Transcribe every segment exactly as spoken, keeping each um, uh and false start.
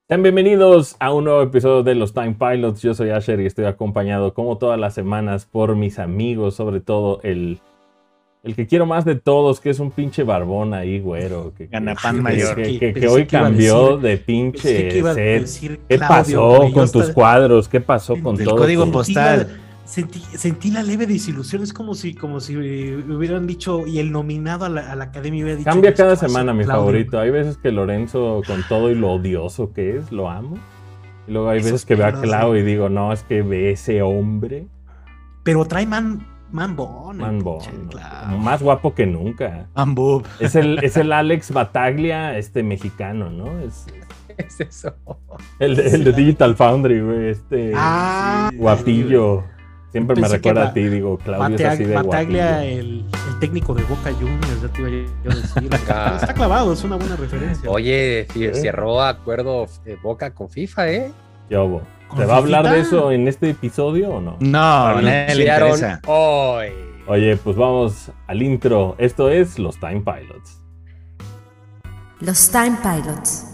Sean bienvenidos a un nuevo episodio de los Time Pilots. Yo soy Asher y estoy acompañado como todas las semanas por mis amigos, sobre todo el, el que quiero más de todos, que es un pinche barbón ahí, güero. Que, Ganapán que, mayor. que, que, que hoy cambió de pinche set. ¿Qué pasó con tus cuadros? ¿Qué pasó con todo? El código tu... postal. Sentí, sentí la leve desilusión, es como si, como si hubieran dicho, y el nominado a la, a la academia hubiera dicho... Cambia cada semana, mi Claudio. favorito. Hay veces que Lorenzo, con todo y lo odioso que es, lo amo. Y luego hay Esos veces que veo a Clau y digo, no, es que ve ese hombre. Pero trae man, man bon. Man bon. Claro. Más guapo que nunca. Man boob. Es el, es el Alex Bataglia, este mexicano, ¿no? Es, es eso. El de, el de Digital Foundry, güey. Este ah, guapillo. Siempre me recuerda a ti, digo, Claudio Batag, es así de Bataglia, el, el técnico de Boca Juniors, ya te iba yo a decir. Está clavado, es una buena referencia. Oye, ¿Eh? cerró acuerdo eh, Boca con FIFA, ¿eh? Yo, ¿te va a hablar de eso en este episodio o no? No, no le interesa. Hoy. Oye, pues vamos al intro. Esto es los Time Pilots. Los Time Pilots.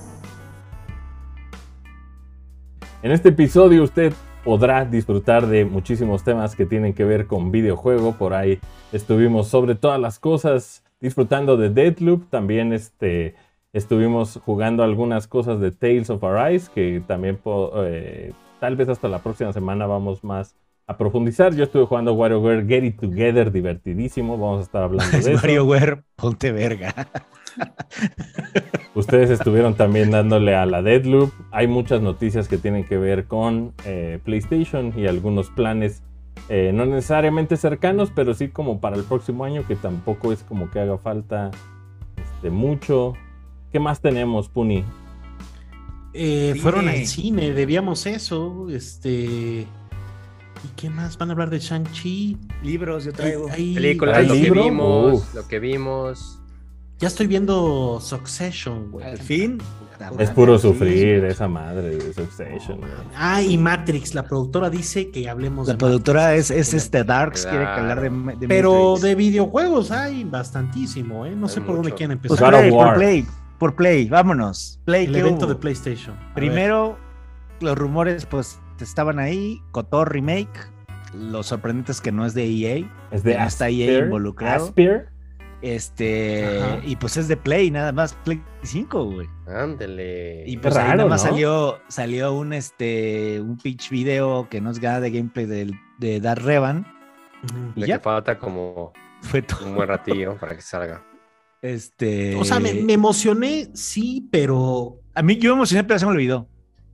En este episodio usted podrá disfrutar de muchísimos temas que tienen que ver con videojuego. Por ahí estuvimos sobre todas las cosas disfrutando de Deathloop. También este, estuvimos jugando algunas cosas de Tales of Arise, que también eh, tal vez hasta la próxima semana vamos más a profundizar. Yo estuve jugando WarioWare Get It Together, divertidísimo. Vamos a estar hablando de eso. WarioWare, ponte verga. Ustedes estuvieron también dándole a la Deathloop. Hay muchas noticias que tienen que ver con eh, PlayStation y algunos planes eh, no necesariamente cercanos, pero sí como para el próximo año, que tampoco es como que haga falta este, mucho. ¿Qué más tenemos, Puni? Eh, fueron al cine, debíamos eso. Este... ¿Y qué más? ¿Van a hablar de Shang-Chi? Libros, yo traigo. Hay, películas, ¿hay lo libro? que vimos, Uf. lo que vimos. Ya estoy viendo Succession, güey. Al fin. Es puro sufrir esa madre de Succession. No, ah, y Matrix, la productora dice que hablemos la de productora Matrix. es, es este Darks, Claro. quiere que hablar de, de Pero Matrix. de videojuegos hay bastantísimo, ¿eh? No Hay sé por dónde mucho. quieren Pues empezar. God of play, por War. play, por play, vámonos. Play, El ¿qué evento hubo? de PlayStation. A Primero, los rumores pues estaban ahí, Kotor Remake. Lo sorprendente es que no es de E A. Es de no está E A Aspyr, involucrado. Aspyr. Este, Ajá. y pues es de Play, nada más, Play cinco, güey. Ándele. Y pues Qué ahí raro, nada más ¿no? salió, salió un este un pitch video que no es nada de gameplay de, de Dar Revan. ver. Ujú. Y Le ya. que falta como Fue todo. un buen ratillo para que salga. Este. O sea, me, me emocioné, sí, pero A mí yo me emocioné, pero se me olvidó.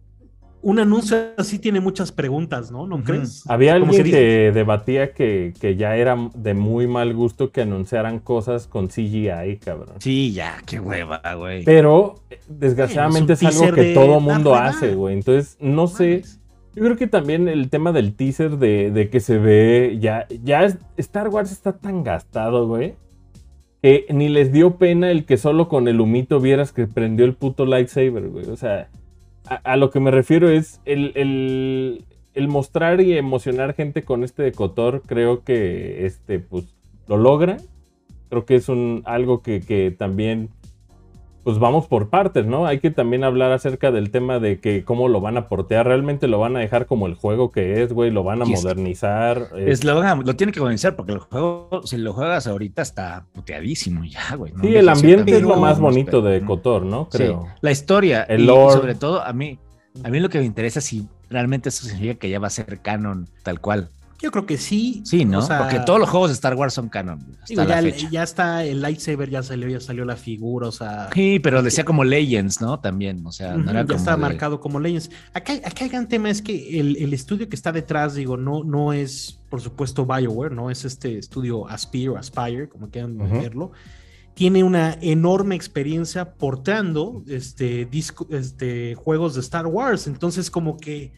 un anuncio así tiene muchas preguntas, ¿no? ¿No Ujú. crees? Había Como alguien que que, dices- debatía que, que ya era de muy mal gusto que anunciaran cosas con C G I, cabrón. Sí, ya, qué hueva, güey. Pero desgraciadamente Bueno, es, es un algo que teaser todo de mundo Darth hace, Vader. güey. Entonces, no sé. Mames. Yo creo que también el tema del teaser de, de que se ve ya, ya es- Star Wars está tan gastado, güey, que ni les dio pena el que solo con el humito vieras que prendió el puto lightsaber, güey. O sea, a, a lo que me refiero es el, el, el mostrar y emocionar gente con este de Kotor. Creo que este, pues, lo logra. Creo que es un algo que, que también, pues vamos por partes, ¿no? Hay que también hablar acerca del tema de que cómo lo van a portear. Realmente lo van a dejar como el juego que es, güey. Lo van a Y es- modernizar. Es, lo, van a- lo tiene que comenzar porque el juego, si lo juegas ahorita, está puteadísimo ya, güey. ¿no? Sí, el ambiente es lo Pero- más bonito de ¿no? Kotor, ¿no? Creo. Sí, la historia. El y, lore. y sobre todo, a mí, a mí lo que me interesa es si realmente eso significa que ya va a ser canon tal cual. Yo creo que sí. Sí, ¿no? O sea, Porque todos los juegos de Star Wars son canon hasta digo, la ya, fecha. ya está el lightsaber, ya salió, ya salió la figura, o sea. Sí, pero decía como Legends, ¿no? También, o sea, no Ujú, era ya como está de- marcado como Legends. Acá, acá el gran tema es que el, el estudio que está detrás, digo, no, no es, por supuesto, BioWare, no es este estudio Aspire o Aspire, como quieran Ujú. verlo. Tiene una enorme experiencia portando este, disco, este, juegos de Star Wars. Entonces, como que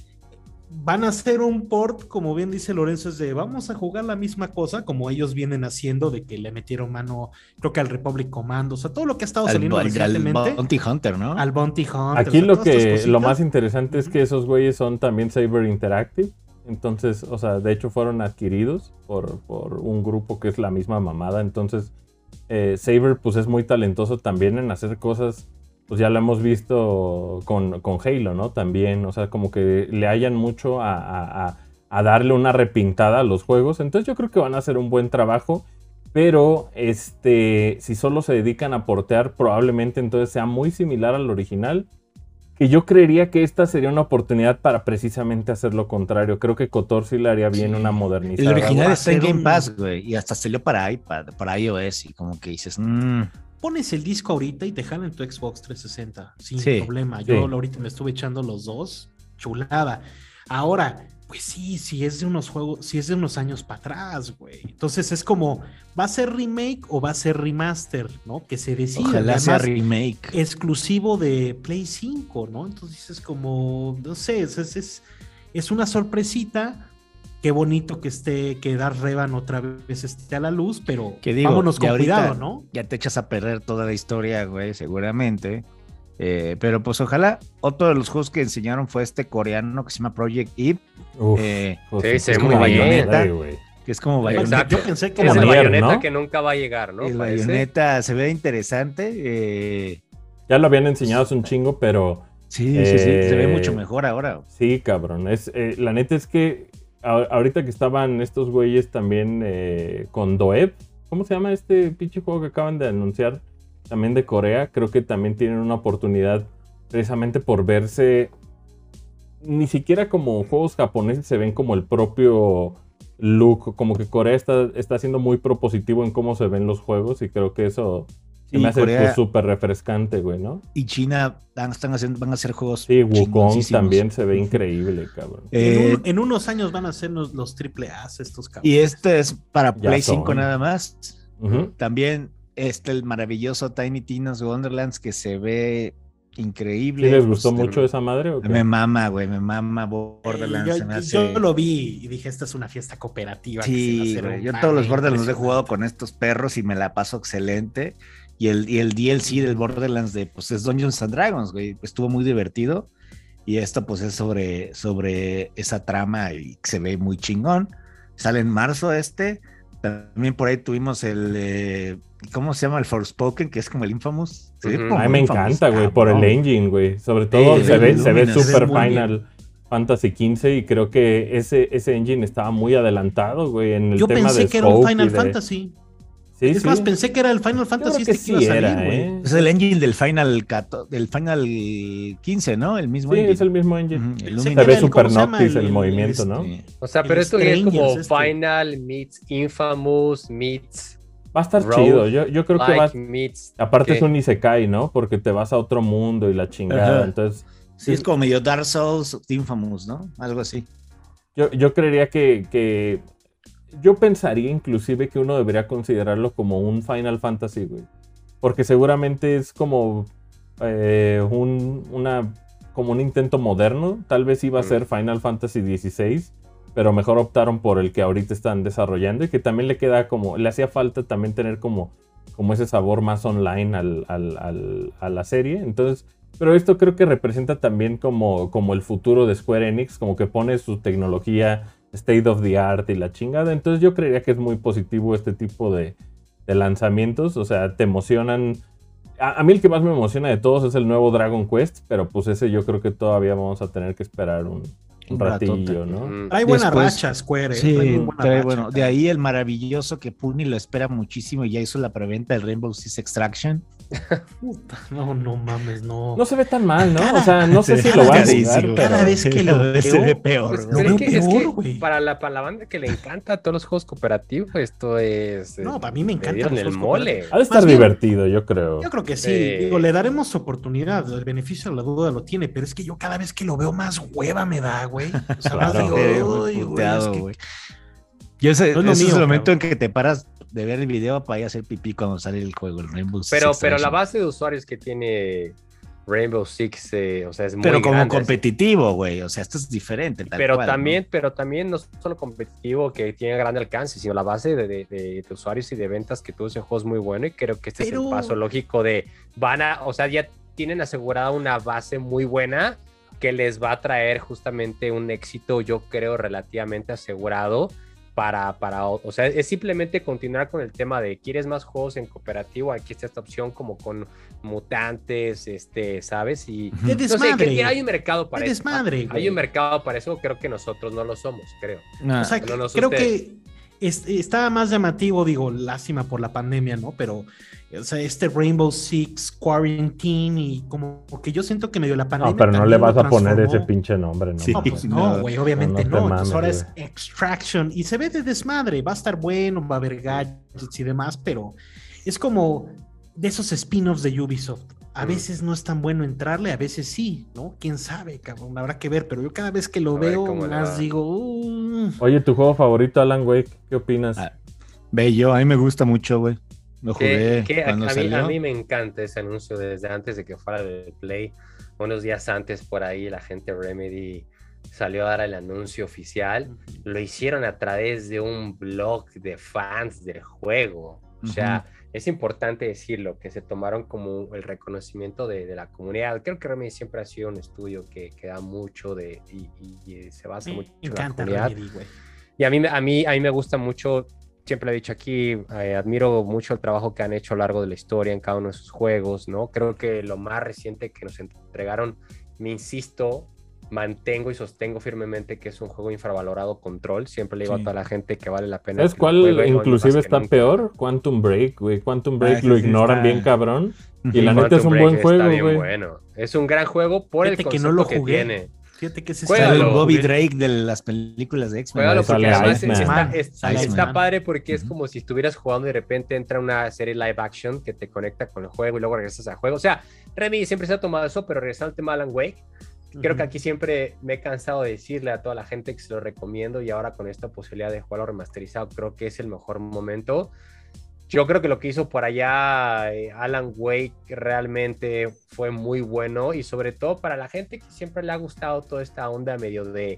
van a hacer un port, como bien dice Lorenzo, es de vamos a jugar la misma cosa, como ellos vienen haciendo, de que le metieron mano, creo que al Republic Commando, o sea, todo lo que ha estado al, saliendo al- al recientemente. Bounty Hunter, ¿no? Al Bounty Hunter. Aquí o sea, lo todas estas que lo cositas. más interesante es que esos güeyes son también Saber Interactive. Entonces, o sea, de hecho fueron adquiridos por, por un grupo que es la misma mamada. Entonces, eh, Saber pues es muy talentoso también en hacer cosas pues ya lo hemos visto con, con Halo, ¿no? También, o sea, como que le hayan mucho a, a, a, a darle una repintada a los juegos. Entonces yo creo que van a hacer un buen trabajo. Pero este, si solo se dedican a portear, probablemente entonces sea muy similar al original. Que yo creería que esta sería una oportunidad para precisamente hacer lo contrario. Creo que KOTOR sí le haría bien Sí. una El modernizada. original va a está en ser Game un- Pass, güey, y hasta salió para iPad, para iOS, y como que dices, mmm, Pones el disco ahorita y te jalan tu Xbox trescientos sesenta sin Sí, problema. sí. Yo ahorita me estuve echando los dos, chulada. Ahora, pues sí, si es de unos juegos, si es de unos años para atrás, güey. Entonces es como, ¿va a ser remake o va a ser remaster, no? Que se decida. ojalá sea Además, remake. exclusivo de Play cinco, ¿no? Entonces es como, no sé, es, es, es, es una sorpresita. Qué bonito que esté, que Dark Revan otra vez esté a la luz, pero Que digo, vámonos ya con ahorita cuidado, ¿no? Ya te echas a perder toda la historia, güey, seguramente. Eh, pero pues ojalá. Otro de los juegos que enseñaron fue este coreano que se llama Project Eve, Uf, eh, pues, sí, es se ve como muy bien. Bayonetta, güey. que es como Yo- Bayonetta. Exacto. Yo pensé que Es Como el era Nier, Bayonetta ¿no? que nunca va a llegar, ¿no? El Parece. Bayonetta se ve interesante. eh, Ya lo habían enseñado hace un chingo, pero sí, sí, sí, se ve Eh, mucho mejor ahora. sí, cabrón. Es, eh, la neta es que a- ahorita que estaban estos güeyes también eh, con Doeb, ¿cómo se llama este pinche juego que acaban de anunciar? También de Corea, creo que también tienen una oportunidad precisamente por verse, ni siquiera como juegos japoneses, se ven como el propio look, como que Corea está, está siendo muy propositivo en cómo se ven los juegos y creo que eso se Sí, me hace Corea pues, súper refrescante, güey, ¿no? y China van, están haciendo, van a hacer juegos. Sí, Wukong chingoncísimos. también se ve increíble, cabrón. Eh, en, un- en unos años van a ser los, los triple A estos cabrones. y este es para Ya Play son. cinco nada más. Ujú. También este el maravilloso Tiny Tina's Wonderlands que se ve increíble. ¿Sí les gustó Pues, mucho esa madre o qué? Me mama, güey, me mama Eh, Borderlands. yo, se me yo- hace- yo lo vi y dije, esta es una fiesta cooperativa. que se va a Sí, hacer güey, un yo madre todos los Borderlands los he impresionante. jugado con estos perros y me la paso excelente. Y el, y el D L C del Borderlands de, pues es Dungeons and Dragons, güey, estuvo muy divertido. Y esto pues es sobre, sobre esa trama y se ve muy chingón. Sale en marzo este. También por ahí tuvimos el, eh, ¿cómo se llama? El Forspoken, que es como el Infamous. Se ve Ujú. como A mí me Infamous, encanta, güey, por el cabrón. engine, güey. Sobre todo Sí, se el ve, se ve Luminous. super Se ve muy Final Fantasy quince y creo que ese, ese engine estaba muy adelantado, güey, en el Yo tema pensé de que era un scope Final y de- Fantasy. Sí, es sí. más, pensé que era el Final Yo Fantasy creo que este que iba sí a salir, era, güey. ¿eh? Es el engine del Final, catorce del Final quince, ¿no? El mismo Sí, engine. es el mismo engine. Ujú, el Se Luminous. Se Era ve el- super ¿cómo se llama? noctis el, El- movimiento, el- ¿no? Sí. O sea, El pero esto ya es como Strangers este. Final meets Infamous meets Va a estar Rogue, chido. Yo, yo creo que va. Like meets. Aparte ¿qué? es un isekai, ¿no? Porque te vas a otro mundo y la chingada. Ajá. Entonces, Sí, es como medio Dark Souls, Infamous, ¿no? Algo así. yo, yo creería que, que. Yo pensaría inclusive que uno debería considerarlo como un Final Fantasy, güey. Porque seguramente es como eh, un, una, como un intento moderno. Tal vez iba a Mm. ser Final Fantasy dieciséis, pero mejor optaron por el que ahorita están desarrollando y que también le queda como, le hacía falta también tener como, como ese sabor más online al, al, al, a la serie. Entonces, pero esto creo que representa también como, como el futuro de Square Enix, como que pone su tecnología state of the art y la chingada. Entonces yo creería que es muy positivo este tipo de, de lanzamientos. O sea, te emocionan. A, a mí el que más me emociona de todos es el nuevo Dragon Quest, pero pues ese yo creo que todavía vamos a tener que esperar un, un Un ratillo, ratote. ¿no? Mm. Trae buena Después- racha, Square. eh. Sí, Trae muy buena trae racha, bueno. De cabrón. ahí el maravilloso que Puni lo espera muchísimo y ya hizo la preventa del Rainbow Six Extraction. Puta, no, no mames, no. No se ve tan mal, ¿no? O sea, no sé si lo va a Sí, jugar, sí, pero... cada vez que lo veo, se ve peor. Pues, güey. Lo pero veo es que, es que peor, güey. para, la, para la banda que le encanta todos los juegos cooperativos, esto es. No, eh, para mí me le encantan dieron los el juegos mole. cooperativos. Ha de estar Más bien- divertido, yo creo. Yo creo que sí. Sí. Digo, le daremos oportunidad. El beneficio de la duda lo tiene, pero es que yo cada vez que lo veo más hueva me da, güey. O sea, más Claro. digo, Eh, "Uy, muy güey, puteado, es que- güey. Yo ese, No es lo ese es mío, el momento cabrón. en que te paras de ver el video para ir a hacer pipí cuando sale el juego, el Rainbow Six Pero, pero la Extraction. base de usuarios que tiene Rainbow Six, eh, o sea, es muy Pero como grande. competitivo, güey. O sea, esto es diferente. tal Pero cual, también, ¿no? pero también no solo competitivo que tiene gran alcance, sino la base de, de- de- de usuarios y de ventas que tuvo ese juego es muy bueno y creo que este es Pero- el paso lógico de van a, o sea, ya tienen asegurada una base muy buena que les va a traer justamente un éxito, yo creo, relativamente asegurado para, para, o sea, es simplemente continuar con el tema de ¿quieres más juegos en cooperativo? Aquí está esta opción como con mutantes, este, ¿sabes? Y De no sé, desmadre. que hay un mercado para De eso. desmadre, Hay güey. un mercado para eso, creo que nosotros no lo somos, creo. No, O sea, no, no sé creo ustedes. que es- estaba más llamativo, digo, lástima por la pandemia, ¿no? Pero, o sea, este Rainbow Six Quarantine y como que yo siento que medio la pandemia. No, pero no le también vas lo a poner transformó. ese pinche nombre, no. Sí. No, pues No, no, güey, obviamente no no. te Entonces mames, ahora güey. es Extraction y se ve de desmadre, va a estar bueno, va a haber gadgets y demás, pero es como de esos spin-offs de Ubisoft. A Mm. veces no es tan bueno entrarle, a veces sí, ¿no? Quién sabe, cabrón, habrá que ver, pero yo cada vez que lo A ver veo, cómo le más va. digo, uh, Oye, ¿tu juego favorito, Alan Wake? ¿Qué opinas? Ah, bello, a mí me gusta mucho, güey. Lo jugué Que, que a, cuando a mí, salió. a mí me encanta ese anuncio desde antes de que fuera del Play. Unos días antes por ahí la gente de Remedy salió a dar el anuncio oficial. Lo hicieron a través de un blog de fans del juego. O sea, es importante decirlo, que se tomaron como el reconocimiento de, de la comunidad. Creo que Remedy siempre ha sido un estudio que, que da mucho de, y, y- y se basa me mucho en la encanta comunidad. Remedy, güey. Y a mí, a mí, a mí me gusta mucho, siempre lo he dicho aquí, eh, admiro mucho el trabajo que han hecho a lo largo de la historia en cada uno de sus juegos, ¿no? Creo que lo más reciente que nos entregaron, me insisto, mantengo y sostengo firmemente que es un juego infravalorado, Control. Siempre le digo Sí. a toda la gente que vale la pena. ¿Sabes que lo cuál juegue, hoy inclusive más que está nunca. peor? Quantum Break, güey. Quantum Break Ah, ese lo sí ignoran está- bien cabrón. Y Ujú. la neta es Quantum un Break buen está juego, bien güey. bueno. Es un gran juego por Fíjate el que concepto no lo que jugué. tiene. Fíjate que ese Juégalo. Sale el está- Bobby Drake de las películas de X-Men. Juégalo Ahí sale porque además Iceman. está, Iceman. está- Sale está Iceman. padre porque es Ujú. como si estuvieras jugando y de repente entra una serie live action que te conecta con el juego y luego regresas al juego. O sea, Remedy siempre se ha tomado eso, pero regresando al tema de Alan Wake, creo Ujú. que aquí siempre me he cansado de decirle a toda la gente que se lo recomiendo y ahora con esta posibilidad de jugarlo remasterizado creo que es el mejor momento. Yo creo que lo que hizo por allá eh, Alan Wake realmente fue muy bueno y sobre todo para la gente que siempre le ha gustado toda esta onda medio de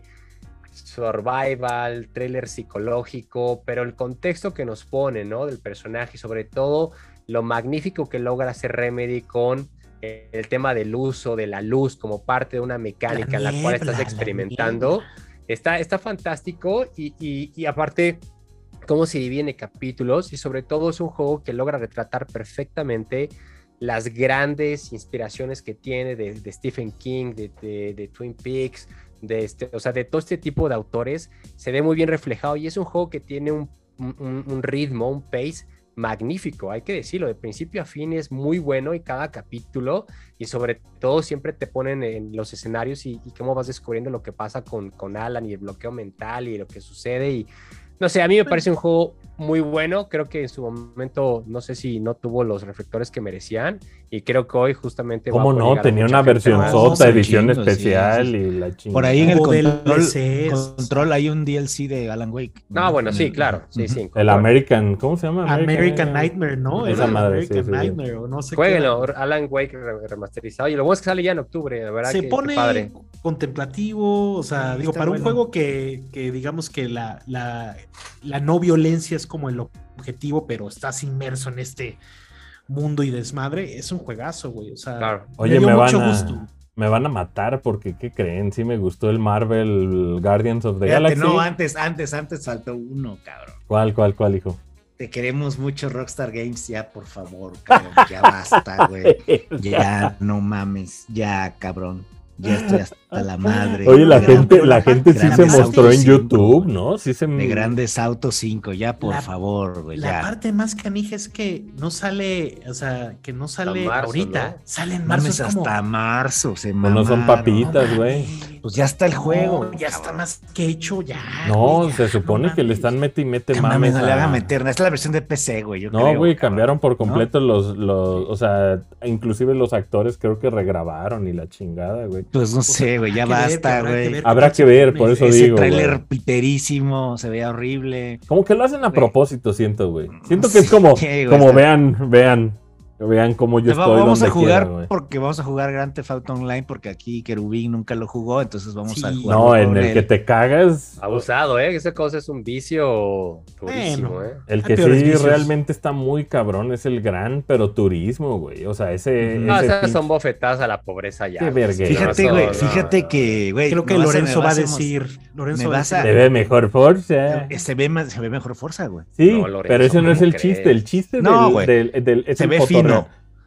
survival, thriller psicológico, pero el contexto que nos pone, ¿no? Del personaje y sobre todo lo magnífico que logra hacer Remedy con eh, el tema del uso de la luz como parte de una mecánica La en la cual niebla, estás la experimentando. Está, está fantástico y, y, y aparte cómo se divide en capítulos y sobre todo es un juego que logra retratar perfectamente las grandes inspiraciones que tiene de, de Stephen King, de, de, de Twin Peaks, de este, o sea, de todo este tipo de autores, se ve muy bien reflejado y es un juego que tiene un, un, un ritmo, un pace magnífico, hay que decirlo, de principio a fin es muy bueno y cada capítulo y sobre todo siempre te ponen en los escenarios y, y cómo vas descubriendo lo que pasa con, con Alan y el bloqueo mental y lo que sucede y no sé, a mí me parece un juego muy bueno, creo que en su momento no sé si no tuvo los reflectores que merecían y creo que hoy justamente ¿Cómo va a no? llegar a Tenía mucha una gente versión más. No, sota, sí, edición chingo, sí, especial sí. y la chingada. Por ahí en el Hubo control, D L Cs. control hay un D L C de Alan Wake. Ah, bueno, En sí, el- claro, sí, Ujú. sí. El bueno. American, ¿cómo se llama? American Nightmare, ¿no? Esa Era madre, sí, American sí, sí. Nightmare, o no sé qué Jueguenlo, era. Alan Wake re- remasterizado. Y lo bueno es que sale ya en octubre, la verdad. Se que, que pone padre. contemplativo, o sea, Sí, digo, está para un bueno. juego que, que digamos que la, la, la no violencia es como el objetivo, pero estás inmerso en este mundo y desmadre, es un juegazo, güey. O sea, Claro. Oye, dio me van, mucho a, gusto. me van a matar porque, ¿qué creen? Sí me gustó el Marvel Guardians of the Espérate, Galaxy. no, antes, antes, antes faltó uno, cabrón. ¿Cuál, cuál, cuál, hijo? Te queremos mucho, Rockstar Games, ya, por favor, cabrón, ya basta, güey. Ya, no mames, ya, cabrón. Ya estoy hasta la madre. Oye, la De gran- gente, la gente sí se Grandes mostró Autos en cinco, YouTube, güey. ¿no? Sí se De Grandes Autos cinco, ya, por La- favor, güey, La ya. parte más canija es que no sale, o sea, que no sale marzo, ahorita, ¿no? sale en marzo. Mames, Es como, hasta marzo, se Pues no son mamaron. papitas, no güey. mames, Pues ya está el no, juego. ya está cabrón. más que hecho, ya. No, güey, ya, se supone no que le mames. están mete y mete No mames. mames, no le a- hagan meter. Esta es la versión de P C, güey. yo No, creo, güey, cabrón. cambiaron por ¿No? completo los, los, o sea, inclusive los actores creo que regrabaron y la chingada, güey. Pues no Pues sé, güey, ya habrá que ver, basta, habrá que güey. ver Habrá qué que ver, se por pone. eso Ese digo, tráiler güey. piterísimo, se veía horrible. Como que lo hacen a Güey. propósito, siento, güey. Siento que es como, Sí, güey, como está- vean, vean, vean cómo yo Va- estoy vamos a donde jugar quiera, güey. porque vamos a jugar Grand Theft Auto Online porque aquí Kerubín nunca lo jugó, entonces vamos a Sí. jugar. No, en el que te cagas, Abusado, ¿eh? Esa cosa es un vicio durísimo, Bueno. ¿eh? el Hay que peores sí vicios. realmente está muy cabrón es el Gran Pero Turismo, güey. O sea, ese... Ujú. No, ese esas pinche- son bofetadas a la pobreza ya. Qué güey. verguero. Fíjate, No, güey, no, fíjate no. que, güey. Creo que me vas a- Lorenzo me va a vas mos- decir, Lorenzo me va a vas a- decir, Se ve mejor Forza. Eh, Se ve, más- se ve mejor fuerza, güey. Sí, No, Lorenzo, pero ese no es ¿cómo el crees? chiste. El chiste No, del, güey. del, del- es Se el ve cotorreo. fino.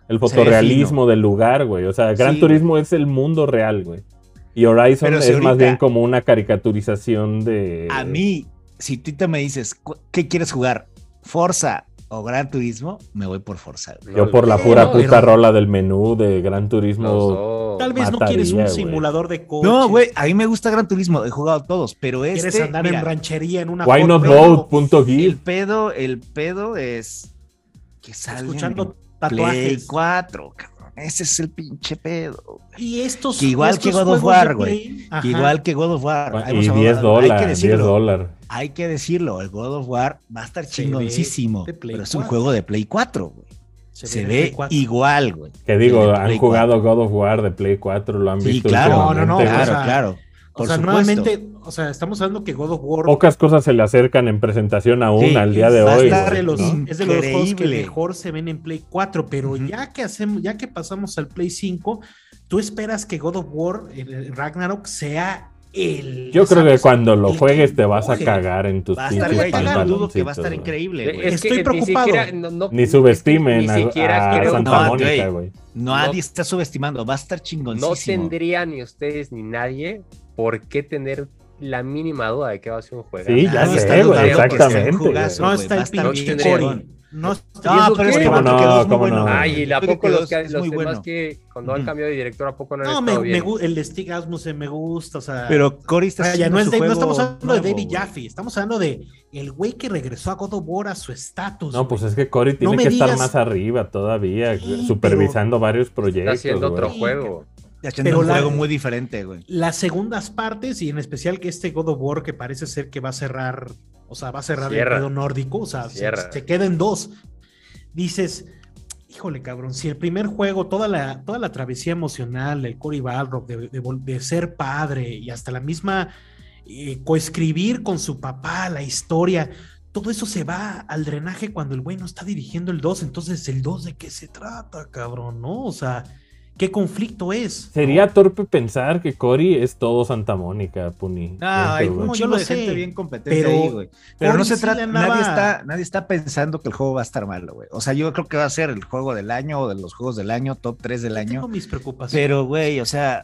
el Se ve fotorrealismo fino. del lugar, güey. O sea, Gran Sí, Turismo es el mundo real, güey. Y Horizon Pero es si más ahorita- bien como una caricaturización de... A mí, si tú te me dices, cu- ¿qué quieres jugar? ¿Forza o Gran Turismo? Me voy por Forza. güey. Yo No, por la no, pura no, puta pero- rola del menú de Gran Los Turismo. dos. Tal vez no mataría, quieres un güey. simulador de coches. No, güey, a mí me gusta Gran Turismo, he jugado todos, pero Quieres este, andar mira, en ranchería en una Why Ford not Bronco, vote? Punto el gif. pedo, el pedo es que sale escuchando Play tatuajes. cuatro, cabrón. Ese es el pinche pedo. Y estos Que igual estos que God of juegos de War, güey. Play, Que ajá. igual que God of War. Ahí Y vamos a- diez hay que dólares, diez decirlo. dólares. Hay que decirlo, el God of War va a estar Se chingoncísimo, ve de Play pero es un cuatro. juego de Play cuatro, güey. Se, en ve Play cuatro. igual, güey. Que digo, El de han Play jugado God of War de Play cuatro, lo han Sí, visto claro. últimamente, No, no, no, güey. Claro, o sea, claro. O Por sea, supuesto. nuevamente, o sea, estamos hablando que God of War Pocas cosas se le acercan en presentación aún Sí, al día de va a hoy, estar es de güey, los, ¿no? es de los juegos que Increíble. mejor se ven en Play cuatro, pero Ujú. ya que hacemos, ya que pasamos al Play cinco, tú esperas que God of War, el Ragnarok, sea el. Yo creo que ¿sabes? cuando lo El que juegues te vas a empuje. cagar en tus Va a estar, pinches güey, yo no dudo pantaloncitos, que va a estar güey. increíble, güey. Es Estoy que ni preocupado. siquiera- no- no- Ni es que subestimen ni a, siquiera a creo- Santa No, Mónica, güey. güey. Nadie No- está subestimando, va a estar No chingoncísimo. tendrían ni ustedes ni nadie por qué tener la mínima duda de que va a ser un juego. Sí, ya Nadie sé, está güey, dudando que sea un exactamente, jugazo, No güey, está va a el estar no pinche bien tendría- Cory. chingón. No, está- ¿Y No, eso pero es qué? que ¿Cómo Battlefield no? dos es muy ¿Cómo bueno. no? Ay, y la Battlefield poco los, dos que, es los muy demás bueno. que cuando han Ujú. cambiado de director a poco no han No, me, estado me bien. gu- el de Stig Asmussen me gusta, o sea. Pero Cory está vaya, haciendo no, es su de- no juego estamos hablando nuevo, de David güey. Jaffe, estamos hablando de el güey que regresó a God of War a su estatus. No, pues güey. es que Cory tiene me que estar digas- más arriba todavía, Sí, supervisando varios Está proyectos, haciendo otro güey. juego. Está haciendo Pero un la- juego muy diferente, güey. Las segundas partes, y en especial que este God of War que parece ser que va a cerrar, o sea, va a cerrar Cierra. el pedo nórdico, o sea, se, Cierra. se queda en dos. Dices, híjole, cabrón, si el primer juego, toda la, toda la travesía emocional, el Cory Balrog, de, de vol- de ser padre y hasta la misma eh, coescribir con su papá la historia, todo eso se va al drenaje cuando el güey no está dirigiendo el dos. Entonces, ¿el dos de qué se trata, cabrón? ¿No? O sea, ¿qué conflicto es? Sería torpe pensar que Cory es todo Santa Mónica, Puni. No, hay Siento, un güey. yo chingo lo de sé, gente bien competente pero ahí, güey. Pero no Cory se sí trata, le andaba- nadie está, nadie está pensando que el juego va a estar malo, güey. O sea, yo creo que va a ser el juego del año o de los juegos del año, top tres del Tengo año. mis preocupaciones. Pero, güey, o sea,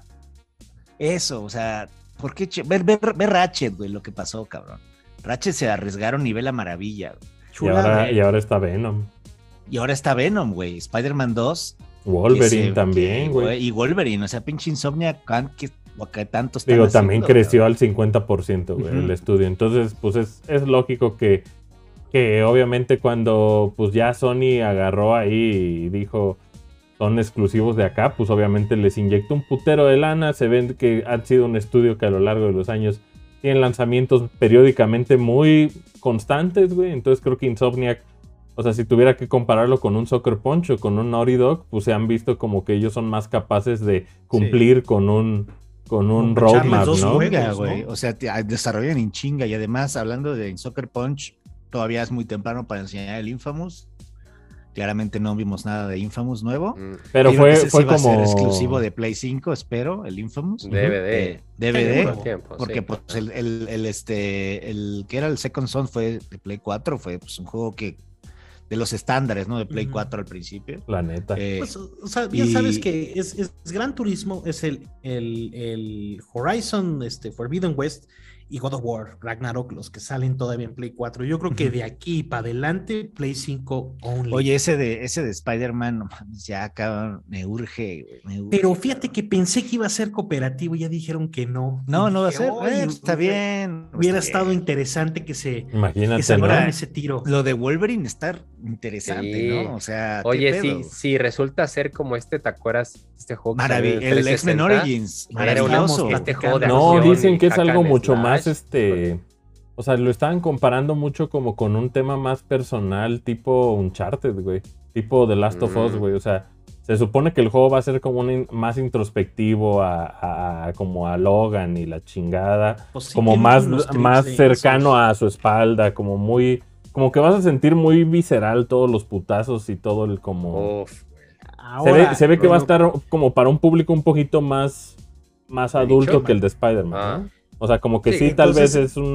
eso, o sea, ¿por qué? che- Ver, ver, ver Ratchet, güey, lo que pasó, cabrón. Ratchet se arriesgaron nivel a maravilla, güey. Y Chulada. ahora, y ahora está Venom. Y ahora está Venom, güey. Spider-Man dos. Wolverine que se- también, que, güey. Y Wolverine, o sea, pinche Insomnia, que, que tanto están Digo, también haciendo, creció cabrón. al cincuenta por ciento, güey, Ujú. el estudio. Entonces, pues es, es lógico que, que obviamente cuando pues ya Sony agarró ahí y dijo son exclusivos de acá, pues obviamente les inyectó un putero de lana. Se ven que han sido un estudio que a lo largo de los años tienen lanzamientos periódicamente muy constantes, güey. Entonces creo que Insomniac, o sea, si tuviera que compararlo con un Sucker Punch o con un Naughty Dog, pues se han visto como que ellos son más capaces de cumplir con un con un Como echarles roadmap, dos ¿no? juegos. Chinga, ¿no? güey. O sea, te- ah, desarrollan en chinga. Y además, hablando de Soccer Punch, todavía es muy temprano para enseñar el Infamous. Claramente no vimos nada de Infamous nuevo. Mm, Pero Yo creo que fue, ese fue sí va a ser como exclusivo de Play cinco, espero, el Infamous. D V D. Eh, D V D. Seguro. tiempo, Porque sí. pues el, el, el, este, el que era el Second Son fue de Play cuatro, fue pues un juego que de los estándares, ¿no? De Play Ujú. cuatro al principio. la neta. Eh, Pues, o sea, bien y- sabes que es, es- es Gran Turismo, es el, el, el Horizon, este, Forbidden West y God of War, Ragnarok, los que salen todavía en Play cuatro. Yo creo que Ujú. de aquí para adelante, Play cinco only. Oye, ese de, ese de Spider-Man, no mames, ya acá me urge, güey, me urge, Pero cabrón. fíjate que pensé que iba a ser cooperativo y ya dijeron que no. No, Y no va a dije, ser. "Ay, Eh, está bien. Hubiera está estado bien. interesante que se, que Imagínate, se ¿no? agarraran ese tiro. Lo de Wolverine está interesante, Sí. ¿no? O sea, ¿qué Oye, pedo? si, si resulta ser como este, ¿te acuerdas? Este juego que salió Maravilloso. en El trescientos X-Men sesenta, Origins. Era una- Maravilloso. este juego de No, acción dicen y que es hack algo and mucho slash. más, este... O sea, lo estaban comparando mucho como con un tema más personal, tipo Uncharted, güey. Tipo The Last of Us, Mm. güey. O sea, se supone que el juego va a ser como un in- más introspectivo a, a- a- como a Logan y la chingada. Pues sí, como tiene más, unos trips más de cercano esos. a su espalda, como muy... Como que vas a sentir muy visceral todos los putazos y todo el como... Uf, Se Ahora, ve, se ve que va a bueno, estar como para un público un poquito más, más ¿De adulto nicho? que el de Spider-Man, Ah. ¿no? O sea, como que Sí, sí, tal entonces- vez es un...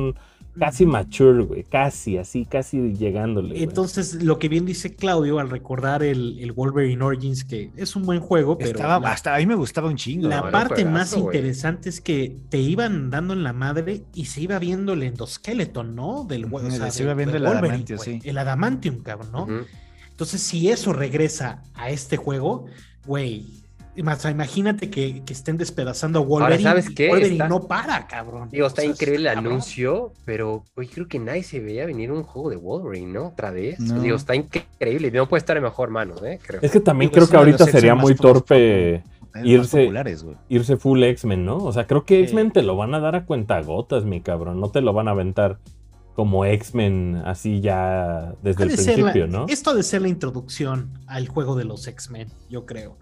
casi mature, güey, casi, así, casi llegándole. Güey. Entonces, lo que bien dice Claudio al recordar el, el Wolverine Origins, que es un buen juego, pero Estaba, la, hasta a mí me gustaba un chingo. la No, era parte un más juegazo, güey. interesante es que te iban dando en la madre y se iba viendo el endoskeleton, ¿no? Del Ujú, o sea, se del- iba viendo del el Wolverine, adamantium, güey. sí. El adamantium, cabrón, ¿no? Ujú. Entonces, si eso regresa a este juego, güey, más, imagínate que, que estén despedazando a Wolverine. ¿sabes y qué? Wolverine Está- no para, cabrón. Digo, está O sea, increíble el cabrón. anuncio, pero güey, creo que nadie se veía venir un juego de Wolverine, ¿no? Otra vez. No. Digo, está increíble. No puede estar en mejor manos, ¿eh? Creo. Es que también Digo, creo es que uno de ahorita los sería X-Men muy más famosos, torpe Es más irse- populares, güey. irse full X-Men, ¿no? O sea, creo que Sí. X-Men te lo van a dar a cuentagotas, mi cabrón. No te lo van a aventar como X-Men así ya desde Ha el de ser la- principio, ¿no? Esto ha de ser la introducción al juego de los X-Men, yo creo.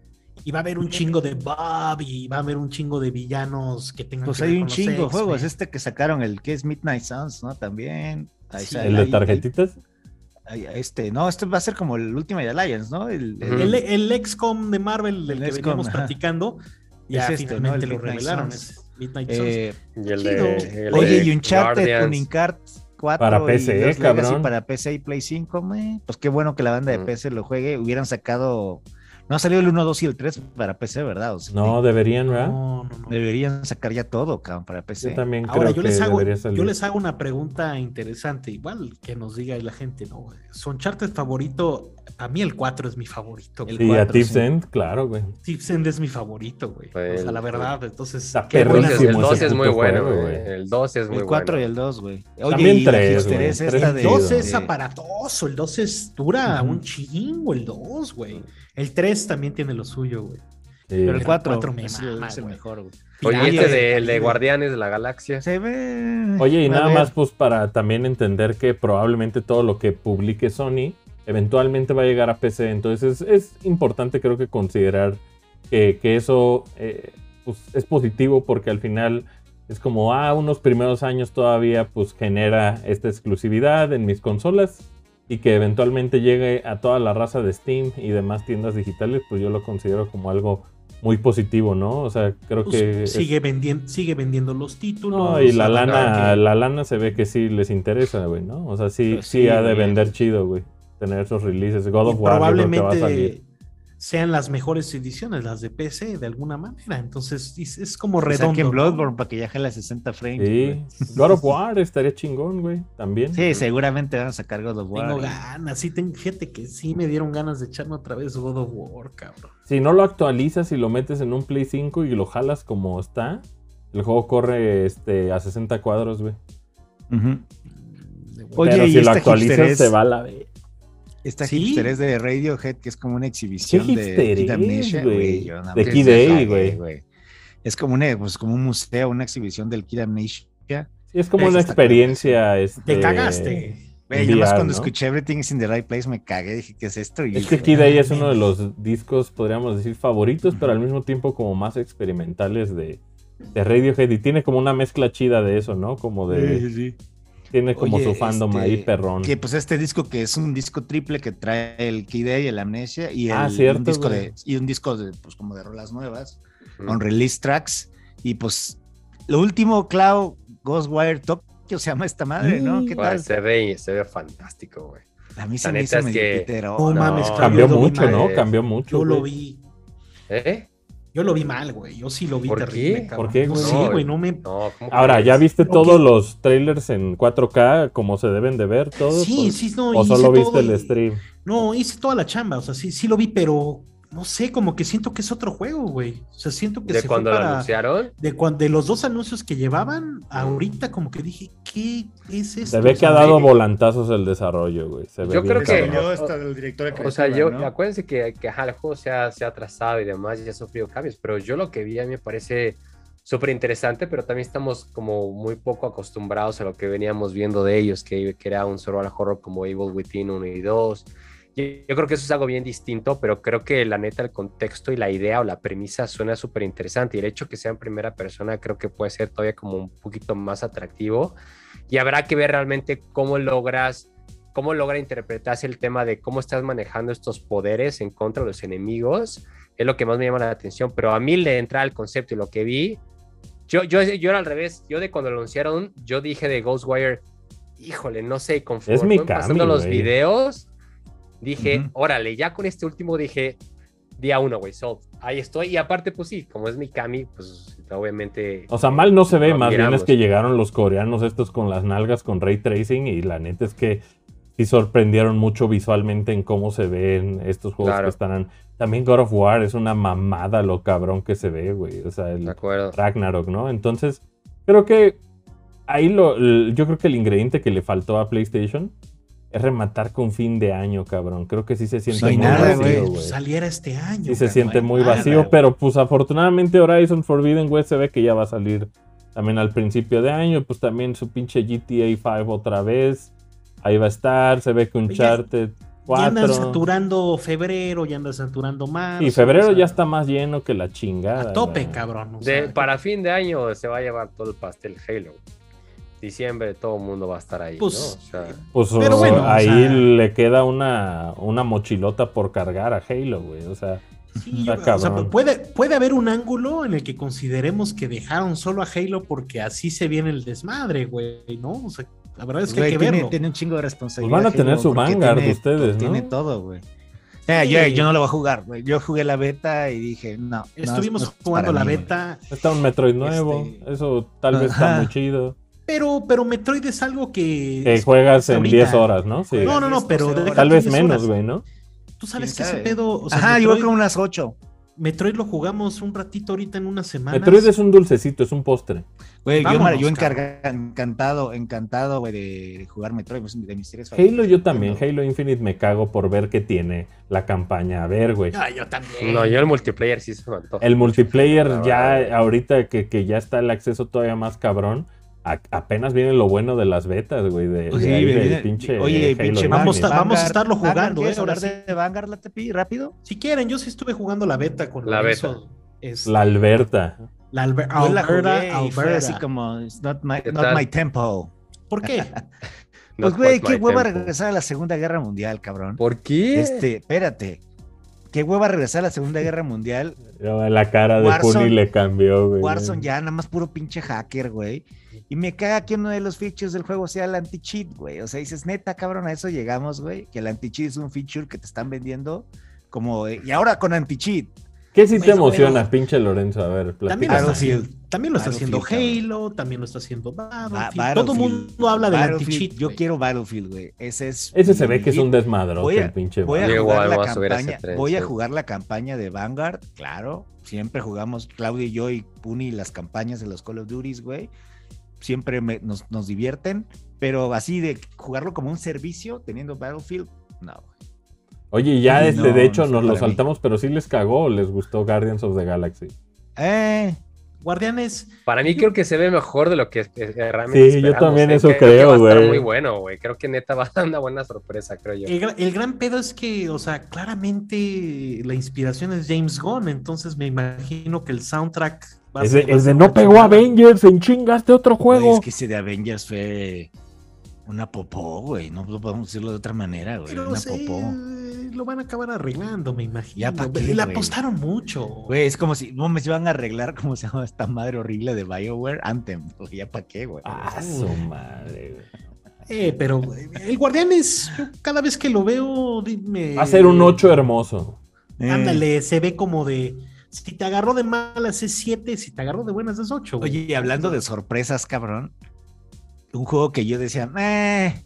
Y va a haber un chingo de Bob y va a haber un chingo de villanos que tengan Pues que hay ver un con los chingo de X-Men. juegos. Este que sacaron, el que es Midnight Suns, ¿no? También. Ahí Sí. sale- ¿El de ahí- tarjetitas? ahí- ahí- Este, no, este va a ser como el Ultimate Alliance, ¿no? El, el- Ujú. El, el X COM de Marvel del El que X COM, veníamos ajá. platicando, ya Es este, finalmente ¿no? El lo Midnight revelaron. Suns. Es Midnight Suns. eh, Y el chido. de, el Oye, de y Uncharted, Guardians. un Uncharted cuatro Para P C, y Lost cabrón. Legacy para P C y Play cinco, me, pues qué bueno que la banda de Mm. P C lo juegue. Hubieran sacado, no ha salido el uno, dos y el tres para P C, ¿verdad? O sea, No, deberían, ¿verdad? No, no, no. deberían sacar ya todo, cabrón, para P C. Yo también Ahora, creo yo que les, hago, debería salir. yo les hago una pregunta interesante, igual que nos diga la gente, ¿no? Su Uncharted favorito, a mí el cuatro es mi favorito. El güey. Sí, a cuatro, Tips sí. End, claro, güey. Tips End es mi favorito, güey. O sea, El- la verdad, entonces... Está qué El buena dos es- perrísimo el noticia. dos ese es muy puto bueno, juego, güey. güey. El dos es muy El cuatro bueno. y el dos, güey. Oye, También y la tres, hipsterez güey, esta tres El de- dos chido. es de- aparatoso, el dos es dura Ujú. un chingo, el dos, güey. El tres también tiene lo suyo, güey. Sí. Pero el El cuatro cuatro me es, el- mama, es el güey. mejor, güey. Oye, Pirata este del de, el de Caribe. Guardianes de la Galaxia. Se ve. Oye, y a nada ver. más, pues para también entender que probablemente todo lo que publique Sony eventualmente va a llegar a P C. Entonces es, es importante, creo que, considerar que, que eso eh, pues, es positivo porque al final es como, ah, unos primeros años todavía pues genera esta exclusividad en mis consolas y que eventualmente llegue a toda la raza de Steam y demás tiendas digitales, pues yo lo considero como algo muy positivo, ¿no? O sea, creo Pues, que... es- sigue, vendiendo, sigue vendiendo los títulos. No, y la van a lana, ver que- la lana se ve que sí les interesa, güey, ¿no? O sea, sí, Pues sí, sí, ha de güey. vender chido, güey. Tener esos releases. God y of War yo creo que va a salir. probablemente sean las mejores ediciones, las de P C, de alguna manera. Entonces es, es como Que redondo. saquen ¿no? Bloodborne para que ya jale a sesenta frames. güey. Sí. God of War estaría chingón, güey. También. Sí, seguramente van a sacar God of War. Tengo y- ganas, sí, ten- fíjate que sí me dieron ganas de echarme otra vez God of War, cabrón. Si no lo actualizas y lo metes en un Play cinco y lo jalas como está, el juego corre este, a sesenta cuadros, güey. Ujú. De vuelta. Oye, Pero y si lo esta actualizas hipsterez- se va a la vez. Esta Sí. hipsterez de Radiohead, que es como una exhibición ¿Qué de hipsterez, Kid Amnesia, güey? güey. yo nada De más Kid me A, cagué, güey. Es como, una, pues, como un museo, una exhibición del Kid Amnesia. Sí, es como Eso una está experiencia. Este, Te cagaste. Güey, en yo más V R, cuando ¿no? escuché Everything is in the Right Place me cagué, dije, ¿qué es esto? Y Es que Kid A es uno de los discos, podríamos decir, favoritos, pero al mismo tiempo como más experimentales de, de Radiohead. Y tiene como una mezcla chida de eso, ¿no? Como de... Sí, sí. Tiene como Oye, su fandom este, ahí, perrón. Que pues este disco que es un disco triple que trae el Kid A y el Amnesia y, el, Ah, y cierto, un disco güey. de y un disco de pues como de rolas nuevas, Mm. con release tracks y pues lo último, Cloud Ghostwire Tokyo se llama esta madre, ¿no? ¿Qué Güey, tal? se ve, se ve fantástico, güey. A mí se la me neta hizo es medio que- pitero. No mames, no. Cambió yo lo vi mucho, mal. ¿no? eh. Cambió mucho. Yo lo güey. vi. ¿Eh? Yo lo vi mal, güey. Yo sí lo vi ¿Por terrible, qué? cabrón. ¿Por qué, No güey? sé, No, güey, no me... No, ¿cómo Ahora, crees? ¿ya viste Ok. todos los trailers en cuatro K como se deben de ver todos? Sí, ¿O- sí, no, ¿O hice solo viste todo el y- stream? No, hice toda la chamba, o sea, sí, sí lo vi, pero no sé, como que siento que es otro juego, güey. O sea, siento que ¿De se cuando fue lo para... anunciaron? De, cuan- de los dos anuncios que llevaban, ahorita como que dije, ¿qué es esto? Se ve O que sea, ha dado sí. volantazos el desarrollo, güey. Se ve Yo bien creo que- cabrón. o- hasta el director de O sea, creativa, yo, ¿no? acuérdense que, que ajá, el juego se ha, se ha atrasado y demás y ha sufrido cambios, pero yo lo que vi a mí me parece súper interesante, pero también estamos como muy poco acostumbrados a lo que veníamos viendo de ellos, que, que era un survival horror como Evil Within uno y dos. Y yo creo que eso es algo bien distinto, pero creo que la neta el contexto y la idea o la premisa suena súper interesante y el hecho que sea en primera persona creo que puede ser todavía como un poquito más atractivo y habrá que ver realmente cómo logras cómo logra interpretarse el tema de cómo estás manejando estos poderes en contra de los enemigos, es lo que más me llama la atención, pero a mí de entrar al concepto y lo que vi, Yo, yo, yo era al revés. Yo de cuando lo anunciaron, yo dije de Ghostwire, híjole, no sé, conforme Es mi fueron pasando Kami, los güey. videos, dije, Ujú. órale, ya con este último dije, día uno, güey, sold. Ahí estoy. Y aparte, pues sí, como es mi Kami, pues obviamente... O sea, mal no se ve, lo más bien admiramos. es que llegaron los coreanos estos con las nalgas con ray tracing y la neta es que sí sorprendieron mucho visualmente en cómo se ven estos juegos Claro. que estarán. También God of War es una mamada lo cabrón que se ve, güey. O sea, el De acuerdo. Ragnarok, ¿no? Entonces, creo que ahí lo, el- yo creo que el ingrediente que le faltó a PlayStation es rematar con fin de año, cabrón. Creo que sí se siente no hay muy nada, vacío, güey. güey. Saliera este año. Sí se cabrón. siente hay muy nada, vacío, güey. pero pues afortunadamente Horizon Forbidden West se ve que ya va a salir también al principio de año, pues también su pinche G T A cinco otra vez, ahí va a estar, se ve que Uncharted Ya andan cuatro, saturando febrero, ya andan saturando marzo. y febrero o sea, ya está más lleno que la chingada. a tope, güey. cabrón. o De- sea, para fin de año se va a llevar todo el pastel Halo. Diciembre todo el mundo va a estar ahí, Pues, ¿no? O sea, Pues Pero o- bueno, o ahí sea- le queda una, una mochilota por cargar a Halo, güey, o sea, sí, está yo- o sea, cabrón. puede, puede haber un ángulo en el que consideremos que dejaron solo a Halo porque así se viene el desmadre, güey, ¿no? O sea, la verdad es que Güey, hay que tiene, verlo. tiene un chingo de responsabilidad. Pues van a tener Halo, su porque Vanguard tiene- ustedes, ¿no? Tiene todo, güey. Eh, Sí. yo, yo no lo voy a jugar, güey. Yo jugué la beta y dije, no. no, Estuvimos no es jugando para la mí, beta, Está un Metroid nuevo, Este- eso tal vez está Ajá. muy chido. pero, pero Metroid es algo que... Que es- juegas es en ahorita. diez horas, ¿no? Sí. No, no, no, pero doce deja horas. Tal tú vez diez menos, horas. güey, ¿no? Tú sabes que ¿Quién ese sabe? pedo... O sea, Ajá, yo Metroid, voy con unas ocho. Metroid lo jugamos un ratito ahorita en unas semanas. Metroid es un dulcecito, es un postre. Güey, yo, Vámonos, yo cabrón. encarga- encantado, encantado, güey, de, de jugar Metroid, pues, de mis series favoritas. Halo yo también, Halo Infinite me cago por ver que tiene la campaña. A ver, güey. Ah, yo también. no, yo el multiplayer sí se me antoja. El multiplayer La ya, verdad. ahorita que, que ya está el acceso todavía más cabrón, a- apenas viene lo bueno de las betas, güey, de, Oye, de ahí del viene- pinche oye, Halo pinche Vamos Infinite. a- vamos a estarlo Vanguard, jugando, ¿quieres eh, ahora hablar sí. de Vanguard, la tepi, rápido? Si quieren, yo sí estuve jugando la beta con La Lorenzo. beta. Este, La Alberta. la Alber- Yo la Alberta, jugué y fue Alberta. así como, it's not my, ¿Qué not tal? my tempo. ¿Por qué? Pues, Not güey, quite qué my hueva tempo. regresar a la Segunda Guerra Mundial, cabrón. ¿Por qué? Este, espérate. Qué hueva regresar a la Segunda Guerra Mundial. La cara de Warzone- Puni le cambió, güey. Warzone ya, nada más puro pinche hacker, güey. Y me caga que uno de los features del juego sea el anti-cheat, güey. O sea, dices, neta, cabrón, a eso llegamos, güey. Que el anti-cheat es un feature que te están vendiendo como, eh, y ahora con anti-cheat. ¿Qué sí te Pues, emociona, bueno. pinche Lorenzo? A ver, También lo, está platícanos. Battlefield. haciendo, también lo está haciendo Battlefield, Halo, también lo está haciendo Battlefield. Ba- Todo el Battlefield. mundo habla del Battlefield, anti-cheat. Yo güey. quiero Battlefield, güey. Ese es. Ese se ve mi- que es un desmadrote, Voy a- el pinche Voy a Yo jugar igual la voy a subir a ese campaña. tren, Voy a sí. jugar la campaña de Vanguard, claro. Siempre jugamos Claudio y yo y Puni las campañas de los Call of Duty, güey. Siempre me- nos, nos divierten. Pero así de jugarlo como un servicio, teniendo Battlefield, no, güey. Oye, ya Sí, este, no, de hecho, no nos es lo para mí. saltamos, pero sí les cagó o les gustó Guardians of the Galaxy. Eh, Guardianes, Para mí Yo- creo que se ve mejor de lo que eh, realmente Sí, yo esperamos, también ¿eh? eso Que- creo, que va a estar güey. muy bueno, güey. Creo que neta va a dar una buena sorpresa, creo yo. el, gra- el gran pedo es que, o sea, claramente la inspiración es James Gunn, entonces me imagino que el soundtrack va a Es de, ser- va a es de ser no una pegó chulada. Avengers, en chingaste otro güey, juego. es que ese de Avengers fue una popó, güey. No podemos decirlo de otra manera, güey. Pero Una sí, popó. lo van a acabar arreglando, me imagino. Ya pa' qué, Le güey. apostaron mucho. Güey, es como si no me iban a arreglar cómo se llama esta madre horrible de BioWare Anthem. Güey, ya para qué, güey. Ah, su madre, güey. Eh, pero el Guardianes, yo cada vez que lo veo, dime. Va a ser un ocho hermoso. Eh, Ándale, se ve como de. Si te agarró de malas es siete, si te agarró de buenas es ocho. Oye, y hablando de sorpresas, cabrón. Un juego que yo decía, eh,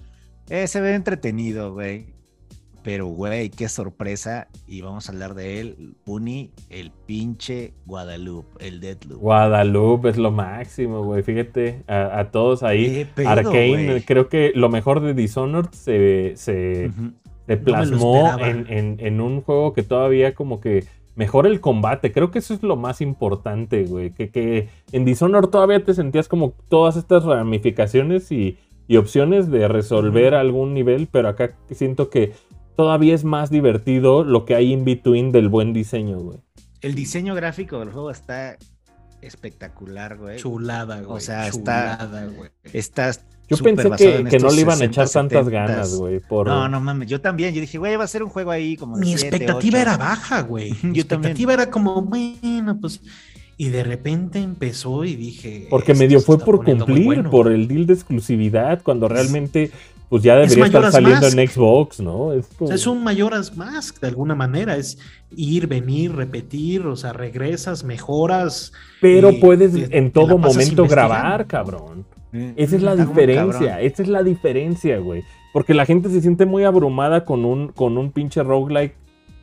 eh, se ve entretenido, güey. Pero, güey, qué sorpresa. Y vamos a hablar de él. Puni, el pinche Guadalupe, el Deathloop. Guadalupe es lo máximo, güey. Fíjate, a, a todos ahí. Qué pedo, Arcane, güey. creo que lo mejor de Dishonored se, se, Ujú. se No me lo plasmó esperaba. en, en- en un juego que todavía como que mejora el combate. Creo que eso es lo más importante, güey. Que, que en Dishonored todavía te sentías como todas estas ramificaciones y, y opciones de resolver algún nivel, pero acá siento que todavía es más divertido lo que hay in between del buen diseño, güey. El diseño gráfico del juego está espectacular, güey. Chulada, güey. O sea, está- chulada, güey. Está Yo súper pensé basado que, en que no estos le iban a echar sesenta, tantas setentas. ganas, güey. Por... No, no mames, yo también. Yo dije, güey, va a ser un juego ahí como de Mi siete, expectativa ocho. era baja, güey. Mi Yo también. expectativa era como, bueno, pues. Y de repente empezó y dije... Porque esto medio se fue está por poniendo muy cumplir, bueno. por el deal de exclusividad, cuando realmente pues ya debería estar Majora's saliendo Mask. en Xbox, ¿no? Es, O como... sea, es un Majora's Mask de alguna manera, es ir, venir, repetir, o sea, regresas, mejoras. Pero eh, puedes te- en te todo la pasas momento investigando, grabar, ¿no? cabrón. Eh, Esa es la está muy diferencia, cabrón. esa es la diferencia, güey. Porque la gente se siente muy abrumada con un, con un pinche roguelike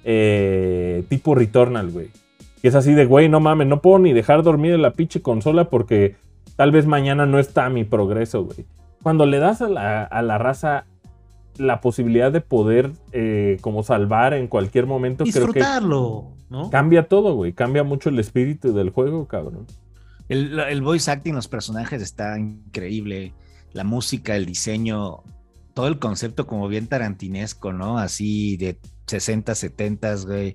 eh, tipo Returnal, güey. Que es así de, güey, no mames, no puedo ni dejar dormir en la pinche consola porque tal vez mañana no está mi progreso, güey. Cuando le das a la, a la raza la posibilidad de poder eh, como salvar en cualquier momento, creo que Disfrutarlo, ¿no? cambia todo, güey. Cambia mucho el espíritu del juego, cabrón. El, el voice acting, los personajes está increíble. La música, el diseño, todo el concepto como bien tarantinesco, ¿no? Así de sesenta, setenta, güey.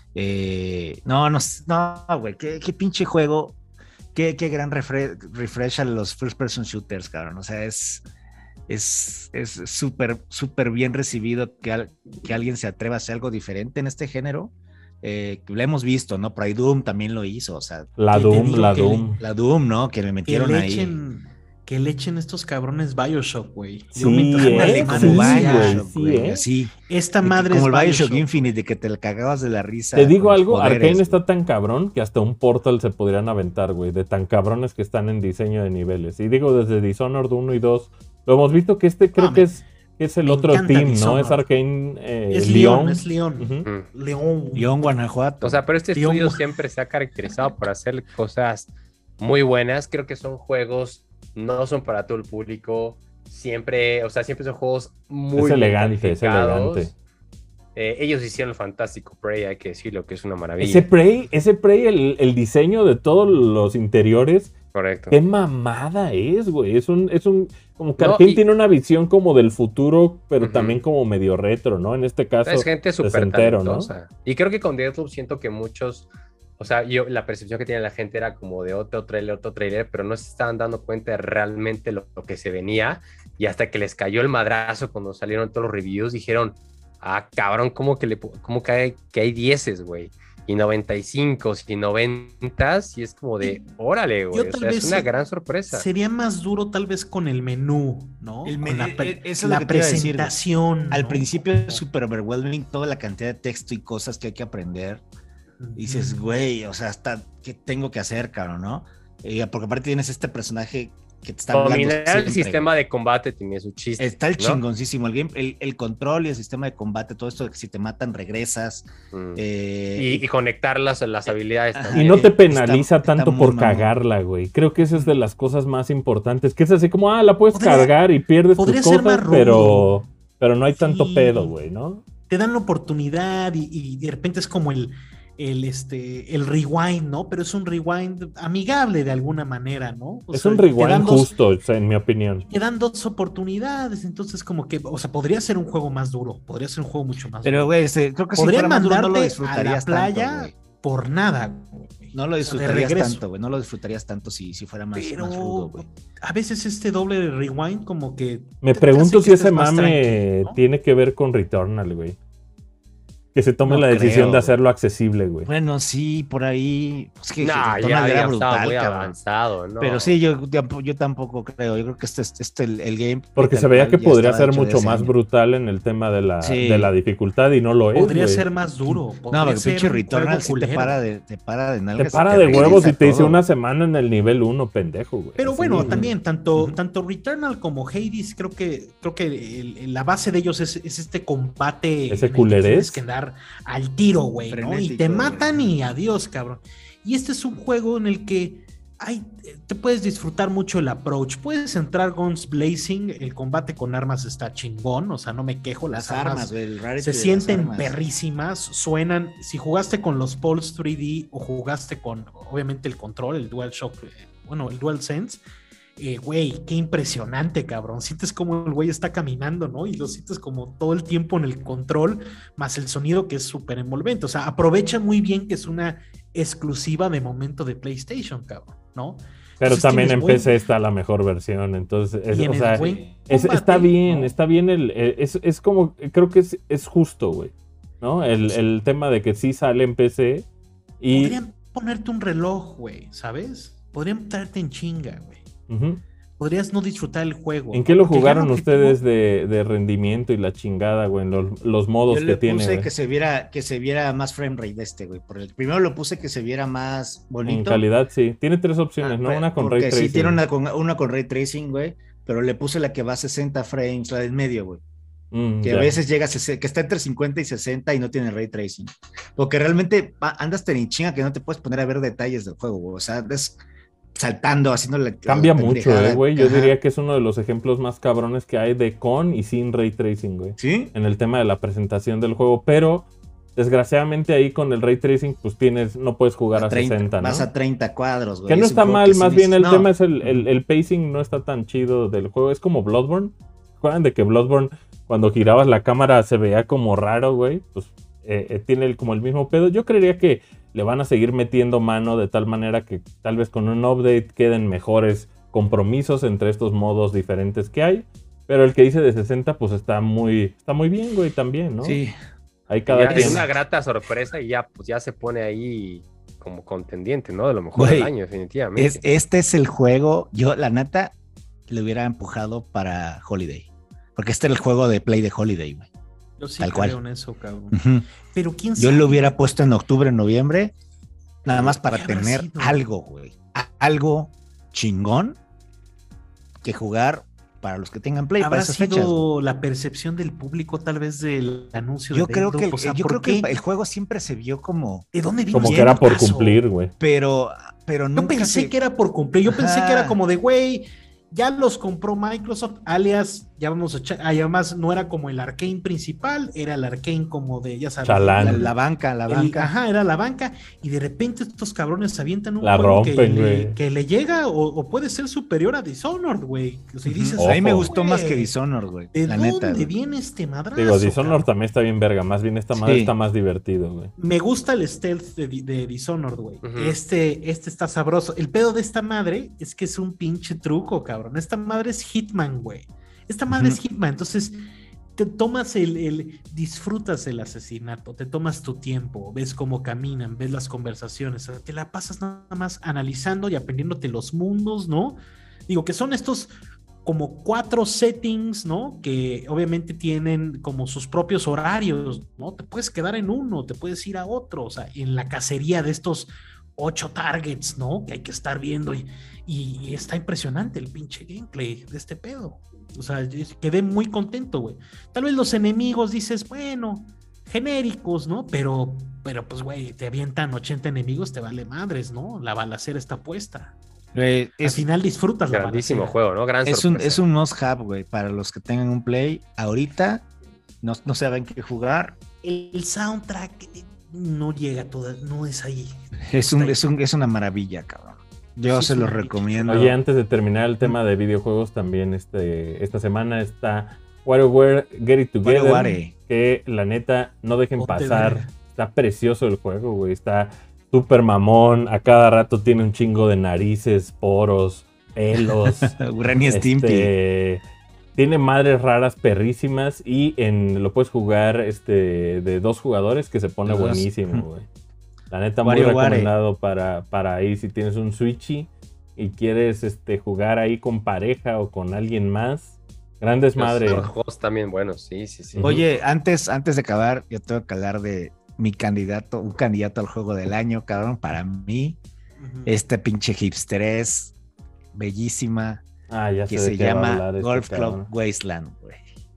Eh, no, no, no, güey. Qué, qué pinche juego. Qué, qué gran refre refresh a los first person shooters, cabrón. O sea, es es es súper, súper bien recibido que, al, que alguien se atreva a hacer algo diferente en este género. Eh, lo hemos visto, ¿no? Por ahí Doom también lo hizo, o sea, La Que te Doom, digo la que Doom. la Doom, ¿no? Que le Que metieron le ahí. echen, que le echen estos cabrones Bioshock, güey. Yo Sí, mientras eh, más Ándale, le como sí, decía, güey, Bioshock, sí, güey, ¿eh? así. esta De que madre como es el Bioshock Bioshock. Infinite, de que te la cagabas de la risa. Te digo con los algo, poderes, Arkane güey. está tan cabrón que hasta un Portal se podrían aventar, güey, de tan cabrones que están en diseño de niveles. Y digo, desde Dishonored uno y dos, lo hemos visto que este creo No, que me- es, que es el me otro encanta team, ¿no? Dishonored. Es Arkane eh, Es León. León, es León. Ujú. Mm. León. León, Guanajuato. O sea, pero este Tío, estudio mu- siempre se ha caracterizado por hacer cosas muy buenas. Creo que son juegos, no son para todo el público. Siempre, o sea, siempre son juegos muy Es bien elegante, es calificados. elegante. Eh, ellos hicieron el fantástico Prey, hay que decirlo, que es una maravilla. Ese Prey, ese Prey, el, el diseño de todos los interiores, Correcto. qué mamada es, güey. Es un, es un, como que No, Arkane y- tiene una visión como del futuro, pero Ujú. también como medio retro, ¿no? En este caso, Es gente súper sesentero, ¿no? talentosa. Y creo que con Deathloop siento que muchos, o sea, yo la percepción que tiene la gente era como de otro trailer, otro trailer, pero no se estaban dando cuenta de realmente lo, lo que se venía. Y hasta que les cayó el madrazo cuando salieron todos los reviews, dijeron, ah, cabrón, ¿cómo que, le, cómo que hay, que hay dieces, güey? Y noventa y cinco y noventa, y es como de, órale, güey. Yo O tal sea, es vez una se- gran sorpresa. Sería más duro tal vez con el menú, ¿no? El Con menú, la, pre- eh, eso es la lo que te iba a decir, güey. presentación. Al ¿no? principio es súper overwhelming toda la cantidad de texto y cosas que hay que aprender. Y dices, güey, o sea, hasta ¿qué tengo que hacer, cabrón, no? Eh, porque aparte tienes este personaje que te está hablando Dominar el siempre, sistema de combate tiene su chiste. Está el ¿no? chingoncísimo, el, game, el, el control y el sistema de combate, todo esto de que si te matan regresas. Mm. Eh, y, y conectar las, las habilidades Ajá. también. Y no te Está- penaliza está tanto muy por mamón. cagarla, güey. Creo que esa es de las cosas más importantes. Que es así como, ah, la puedes Podría- cargar y pierdes tus podría ser cosas, más rudo. pero, pero no hay tanto Sí. pedo, güey, ¿no? Te dan la oportunidad y, y de repente es como el, el, este, el rewind, ¿no? Pero es un rewind amigable de alguna manera, ¿no? O Es sea, un te dan rewind dos- justo, o sea, en mi opinión. Te dan dos oportunidades, entonces como que, o sea, podría ser un juego más duro, podría ser un juego mucho más Pero, duro. güey, este, creo que si Podría fuera más duro, no lo mandarte a la disfrutarías playa tanto, güey. por nada, güey. No lo O sea, de disfrutarías regreso. tanto, güey. No lo disfrutarías tanto si, si fuera más, Pero más rudo, güey. a veces este doble rewind como que... Me te pregunto hace si que ese estés más mame tranquilo, ¿no? tiene que ver con Returnal, güey. Que se tome No la decisión creo, de hacerlo accesible, güey. Bueno, sí, por ahí. Pues que No, Returnal ya, era ya estaba brutal, muy cabrón. avanzado, ¿no? Pero sí, yo, yo tampoco creo. Yo creo que este, este el, el game. Porque se tal veía cual que ya podría estaba ser hecho mucho desde más años. brutal en el tema de la, Sí. de la dificultad y no lo es, Podría güey. ser más duro. No, podría porque ser pinche un Returnal juego sí te culero. para de, te para de Te nalgas. y para de regresa huevos y te dice todo. una semana en el nivel uno, pendejo, güey. Pero Así, bueno, güey. también tanto, Ujú. tanto Returnal como Hades, creo que, creo que el- el- la base de ellos es, es este combate. Ese en el que culerés. Tienes que andar al tiro, güey, ¿no? Y Frenético, te güey. matan y adiós, cabrón. Y este es un juego en el que ay, te puedes disfrutar mucho el approach. Puedes entrar Guns Blazing, el combate con armas está chingón, o sea, no me quejo, las, Las armas, armas, güey. el rarity se de las sienten armas. perrísimas, suenan. Si jugaste con los Pulse tres D o jugaste con, obviamente, el control, el DualShock, eh, bueno, el DualSense, eh, güey, qué impresionante, cabrón. Sientes como el güey está caminando, ¿no? Y lo sientes como todo el tiempo en el control, más el sonido que es súper envolvente. O sea, aprovecha muy bien que es una exclusiva de momento de PlayStation, cabrón, ¿no? Pero Entonces también en tienes buen- P C está la mejor versión, entonces, es, y en o el sea, buen es- combate, está bien, ¿no? está bien, el, el- es, es como, creo que es, es justo, güey, ¿no? El, el tema de que sí sale en P C y Podrían, ponerte un reloj, güey, ¿sabes? Podrían traerte en chinga, güey. Uh-huh. Podrías no disfrutar el juego. ¿En qué lo Porque jugaron ya ustedes de, de rendimiento y la chingada, güey? En los, los modos Yo que le tiene, puse güey. que se viera, que se viera más frame rate de este, güey. Por el, primero lo puse que se viera más bonito. En calidad, sí. Tiene tres opciones, Ah, ¿no? pues, Una con porque Ray Tracing. sí, tiene una con, una con Ray Tracing, güey. Pero le puse la que va a sesenta frames, la del medio, güey. Mm, Que ya. a veces llega a sesenta, que está entre cincuenta y sesenta y no tiene Ray Tracing. Porque realmente va- andas tan en chinga que no te puedes poner a ver detalles del juego, güey. O sea, ves saltando, haciendo la Cambia la mucho, pendejada. eh, güey. Yo Ajá. diría que es uno de los ejemplos más cabrones que hay de con y sin Ray Tracing, güey. ¿Sí? En el tema de la presentación del juego. Pero, desgraciadamente, ahí con el Ray Tracing, pues tienes, no puedes jugar a, A treinta, sesenta, ¿no? vas a treinta cuadros, güey. Que no Es un está juego mal, que sí más bien dices, el no. tema es el, el, el pacing no está tan chido del juego. Es como Bloodborne. ¿Se acuerdan de que Bloodborne, cuando girabas la cámara, se veía como raro, güey? Pues eh, eh, tiene el- como el mismo pedo. Yo creería que le van a seguir metiendo mano de tal manera que tal vez con un update queden mejores compromisos entre estos modos diferentes que hay. Pero el que dice de sesenta, pues está muy, está muy bien, güey, también, ¿no? Sí. Ahí Ya cada es quien. una grata sorpresa y ya, pues ya se pone ahí como contendiente, ¿no? De lo mejor Güey, del año, definitivamente. Es, este es el juego, yo la neta le hubiera empujado para Holiday. Porque este era el juego de Play de Holiday, güey. Yo sí Tal creo cual. en eso, cabrón. Ujú. Pero quién Yo sabe. lo hubiera puesto en octubre, noviembre, nada más para ¿Qué habrá tener sido? algo, güey. A- Algo chingón que jugar para los que tengan Play para ¿Habrá esas sido fechas. güey. la percepción del público tal vez del anuncio Yo de creo Deathloop? que, el, O sea, yo ¿por creo que el, qué? el juego siempre se vio como, ¿De dónde vino Como este que era por putazo? cumplir, güey. pero, pero Yo nunca pensé se- que era por cumplir. Yo pensé Ajá. que era como de, güey, ya los compró Microsoft, alias, ya vamos a echar. ah, y además no era como el Arcane principal, era el Arcane como de, ya sabes. Chalán. la, el- la banca, la el- banca. ajá, era la banca. Y de repente estos cabrones avientan un La juego que, rompen, le, güey. que le llega o, o puede ser superior a Dishonored, güey. O sea, y dices, Ujú. A mí me Ojo. gustó más que güey, Dishonored, güey. ¿De La dónde neta. güey. viene este madrazo? Digo, Dishonored cabrón? también está bien verga. Más bien esta madre Sí. está más divertido, güey. Me gusta el stealth de, de Dishonored, güey. Ujú. Este, este está sabroso. El pedo de esta madre es que es un pinche truco, cabrón. Esta madre es Hitman, güey. Esta madre Ujú. es Hitman. Entonces, te tomas el, el. Disfrutas el asesinato, te tomas tu tiempo, ves cómo caminan, ves las conversaciones. O sea, te la pasas nada más analizando y aprendiéndote los mundos, ¿no? Digo, que son estos como cuatro settings, ¿no? Que obviamente tienen como sus propios horarios, ¿no? Te puedes quedar en uno, te puedes ir a otro, o sea, en la cacería de estos ocho targets, ¿no? Que hay que estar viendo y, y- y está impresionante el pinche gameplay de este pedo. O sea, yo quedé muy contento, güey. Tal vez los enemigos dices, bueno, genéricos, ¿no? Pero, pero pues, güey, te avientan ochenta enemigos, te vale madres, ¿no? La balacera está puesta. Güey, Al es, final disfrutas la Grandísimo balacera. juego, ¿no? Gran es un, sorpresa. es un must have, güey, para los que tengan un Play. Ahorita no, no saben qué jugar. El soundtrack eh, no llega toda, no es ahí. Es, un, es, un, es una maravilla, cabrón. Yo Sí, se es lo una recomiendo. Oye, antes de terminar el tema de videojuegos, también este, esta semana está WarioWare Get It Together. WarioWare. Que la neta, no dejen Ponte pasar. verga. Está precioso el juego, güey. Está súper mamón. A cada rato tiene un chingo de narices, poros, pelos. Ren y Stimpy. Este, tiene madres raras perrísimas. Y en lo puedes jugar este, de dos jugadores, que se pone De dos. buenísimo, Ujú. güey. La neta, muy WarioWare. recomendado para, para ahí si tienes un Switchy y quieres este, jugar ahí con pareja o con alguien más. Grandes Los madres. juegos también buenos, sí, sí, sí. Ujú. Oye, antes, antes de acabar, yo tengo que hablar de mi candidato, un candidato al juego del año, cabrón, para mí. Ujú. Este pinche hipsterés, bellísima, Ah, ya sé que de se qué va a llama hablar este Golf Club cabrón. Wasteland, güey.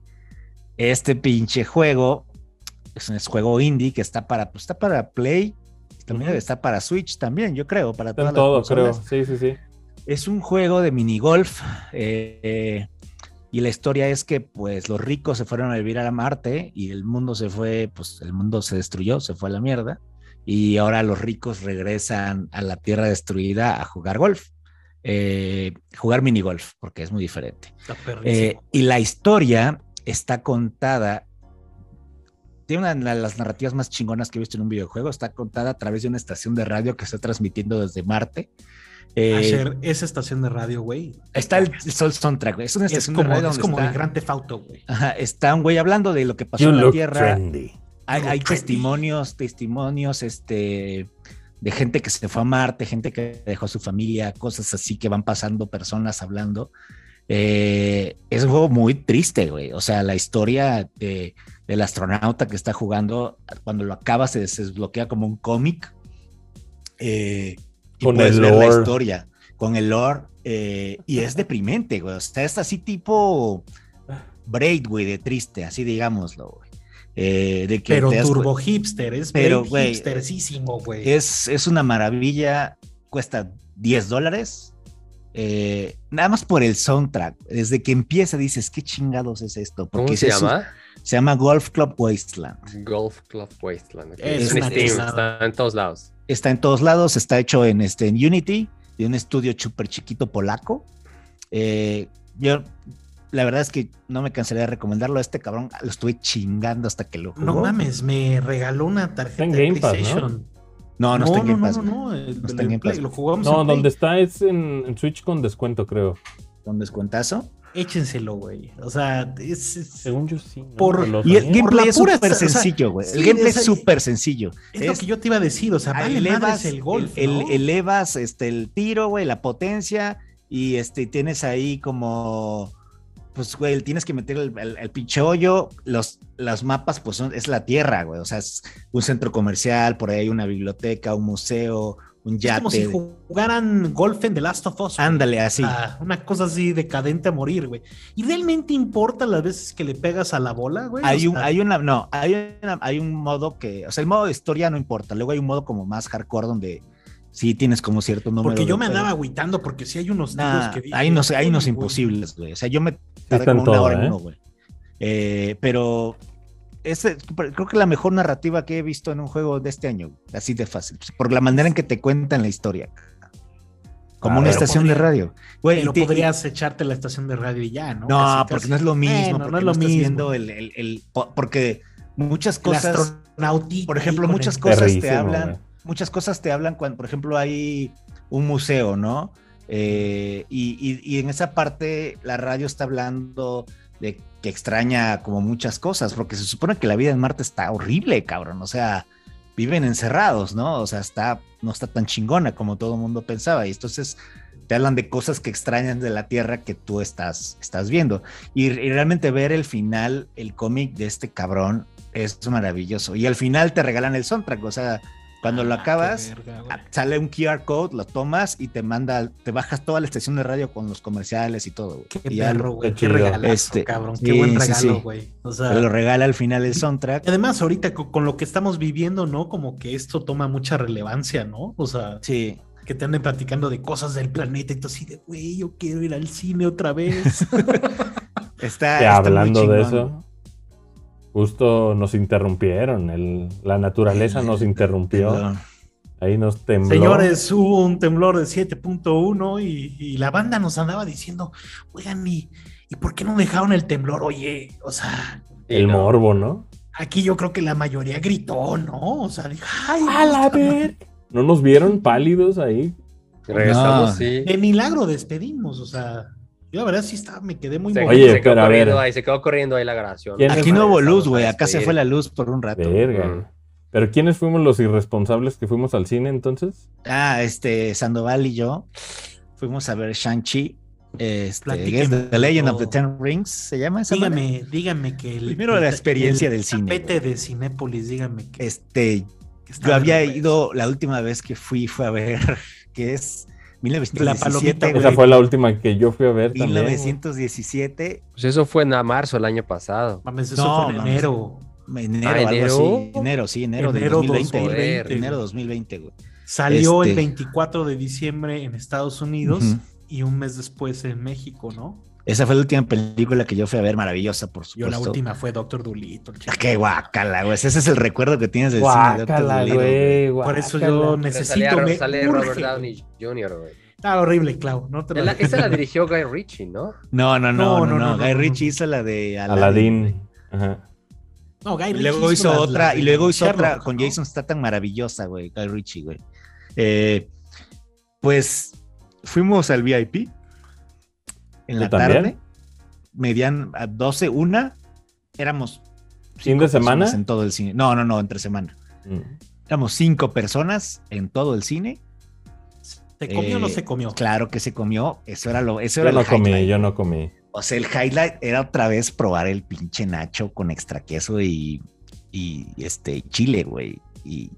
Este pinche juego es un juego indie que está para, pues, está para Play, también Ujú. está para Switch también, yo creo, para Está en todas las todo, creo. consolas. Sí, sí, sí. Es un juego de minigolf eh, eh, y la historia es que pues los ricos se fueron a vivir a Marte y el mundo se fue, pues el mundo se destruyó, se fue a la mierda y ahora los ricos regresan a la tierra destruida a jugar golf, eh, jugar minigolf porque es muy diferente. Está Eh, perrísimo. y la historia está contada, tiene una de las narrativas más chingonas que he visto en un videojuego, está contada a través de una estación de radio que está transmitiendo desde Marte. Eh, Asher, esa estación de radio, güey. Está el, el soundtrack, güey. Es una Es estación como, de radio es donde como está, el Gran Theft Auto, güey. ajá, está un güey hablando de lo que pasó You en la look Tierra. trendy. Hay, You hay look trendy. testimonios, testimonios, este, de gente que se fue a Marte, gente que dejó a su familia, cosas así que van pasando, personas hablando. Eh, es un juego muy triste, güey. O sea, la historia de, del astronauta que está jugando, cuando lo acaba se desbloquea como un cómic. Eh, y con puedes el ver lore. la historia, con el lore. Eh, y es deprimente, güey. O sea, es así tipo Braid, güey, de triste, así digámoslo, güey. Eh, de que Pero te das turbo cu- hipster, es Pero, pero, güey, hipstersísimo, güey. Es, es una maravilla, cuesta diez dólares. Eh, nada más por el soundtrack. Desde que empieza dices, ¿qué chingados es esto? Porque ¿Cómo se es- llama? Se llama Golf Club Wasteland. Golf Club Wasteland. ok. Es Es en una Steam, chulada. está en todos lados. Está en todos lados, está hecho en, este, en Unity, de un estudio súper chiquito polaco. Eh, yo, la verdad es que no me cansaría de recomendarlo. A este cabrón lo estuve chingando hasta que lo jugó. No mames, me regaló una tarjeta en de Game Pass, PlayStation. No, no, está en Game Pass. No, güey. no, el- No está el en Game Play, Pass. lo jugamos No, en Play. donde está es en, en Switch con descuento, creo. Con descuentazo. Échenselo, güey. O sea, es, es- Según yo sí. ¿no? Por- Que lo Y el sabía. gameplay la es pura súper esta- o sea, sencillo, güey. sí, el gameplay es- es súper sencillo. es lo que yo te iba a decir. O sea, vale elevas madres el golf, el- ¿no? elevas este, el tiro, güey, la potencia, y este, tienes ahí como, pues, güey, tienes que meter el, el- el pinche hoyo. Los, los mapas, pues, son, es la tierra, güey. O sea, es un centro comercial, por ahí hay una biblioteca, un museo, un Es como si yate. jugaran golf en The Last of Us. güey. Ándale, así. Ah, una cosa así decadente a morir, güey. ¿Y realmente importa las veces que le pegas a la bola, güey? Hay O un, sea, hay una, no, hay, una- hay un modo que, o sea, el modo de historia no importa. Luego hay un modo como más hardcore donde sí tienes como cierto número. porque yo de me pedos. andaba agüitando porque sí hay unos Nah, tiros que dije, ahí no sé, hay unos "Uy, güey". imposibles, güey. O sea, yo me está tardé en como una todo, hora en ¿eh? uno, güey. Eh, pero ese, creo que la mejor narrativa que he visto en un juego de este año, así de fácil, por la manera en que te cuentan la historia. Como Ah, una pero estación podría- de radio. Güey, Pero y te- podrías echarte la estación de radio y ya, ¿no? No, Casi, porque casi. no es lo mismo, Bueno, porque no es no lo estás mismo. viendo el, el- el- po- porque muchas El cosas, astronautita por ejemplo, ahí con muchas el- cosas te Perrísimo, hablan, güey. muchas cosas te hablan cuando, por ejemplo, hay un museo, ¿no? Eh, y, y- y en esa parte la radio está hablando de que extraña como muchas cosas, porque se supone que la vida en Marte está horrible, cabrón. O sea, viven encerrados, ¿no? O sea, está, no está tan chingona como todo el mundo pensaba. Y entonces te hablan de cosas que extrañan de la Tierra que tú estás, estás viendo. Y, y realmente ver el final, el cómic de este cabrón, es maravilloso. Y al final te regalan el soundtrack, o sea, cuando lo Ah, qué acabas, verga, güey. sale un Q R code, lo tomas y te manda, te bajas toda la estación de radio con los comerciales y todo. güey. Qué Y ya perro, lo- güey. Qué Qué chido. regalazo, Este, cabrón. sí, Qué buen sí, regalo, sí. güey. O sea, te lo regala al final el y soundtrack. además, ahorita con, con lo que estamos viviendo, ¿no? Como que esto toma mucha relevancia, ¿no? O sea, Sí. que te anden platicando de cosas del planeta y tú así de, güey, yo quiero ir al cine otra vez. Está, Que está muy hablando de chingón. eso, justo nos interrumpieron. El, la naturaleza nos interrumpió. Perdón. Ahí nos tembló. Señores, hubo un temblor de siete punto uno y, y la banda nos andaba diciendo, oigan, ¿y, ¿y por qué no dejaron el temblor? Oye, o sea, Y El no. morbo, ¿no? aquí yo creo que la mayoría gritó, ¿no? O sea, dijo, ay, A la puta madre". ver. ¿No nos vieron pálidos ahí? Regresamos, No. sí. De milagro despedimos, o sea, yo la verdad sí estaba, me quedé muy Se, movido. Oye, se quedó pero a ver. corriendo ahí, se quedó corriendo ahí la grabación. ¿Quién Aquí es? no hubo luz, Regresamos güey. a Acá se despedir. fue la luz por un rato. Verga. Mm. ¿Pero quiénes fuimos los irresponsables que fuimos al cine entonces? Ah, este, Sandoval y yo fuimos a ver Shang-Chi. Este, Platíqueme es The Legend of the todo. Ten Rings, ¿se llama esa madre? Dígame, dígame que el. Primero la experiencia el del cine, tapete güey. de Cinépolis, dígame que. Este, que está yo había de regreso. ido, la última vez que fui fue a ver, que es mil novecientos diecisiete, La palomita, güey. Esa fue la última que yo fui a ver también. mil novecientos diecisiete, Pues eso fue en marzo el año pasado. Mames, eso No, fue en mames. enero. enero, Ah, algo ¿enero? así. Enero, sí, enero, Enero de dos mil veinte. dos mil güey. veinte. Enero dos mil veinte, güey. Salió Este- el veinticuatro de diciembre en Estados Unidos Ujú. y un mes después en México, ¿no? Esa fue la última película que yo fui a ver, maravillosa, por Yo supuesto. la última fue Doctor Dolittle. Ah, qué guacala, güey. Ese es el recuerdo que tienes del cine. Doctor Guácala, Dolittle, güey. Por eso guácala. yo Pero necesito. salía- me sale urge, Robert güey. Downey junior, güey. Está horrible, Clau. No te lo La- Esta la dirigió Guy Ritchie, ¿no? No, no, no, No, no, no, no. no, Guy no, Ritchie no. hizo la de Aladdin. Aladdin. Ajá. No, Guy Y luego Ritchie hizo las- otra, las y de luego hizo otra Sherlock, con ¿no? Jason Statham maravillosa, güey. Guy Ritchie, güey. Eh, pues fuimos al V I P en ¿Tú la también? tarde. Median a doce, una. Éramos ¿Fin cinco de semana? personas en todo el cine. No, no, no, entre semana. Mm. Éramos cinco personas en todo el cine. ¿Se comió o no Eh, se comió? Claro que se comió. Eso era lo, eso Yo era no el comí, highlight. yo no comí. O sea, el highlight era otra vez probar el pinche nacho con extra queso y, y este chile, güey. Y,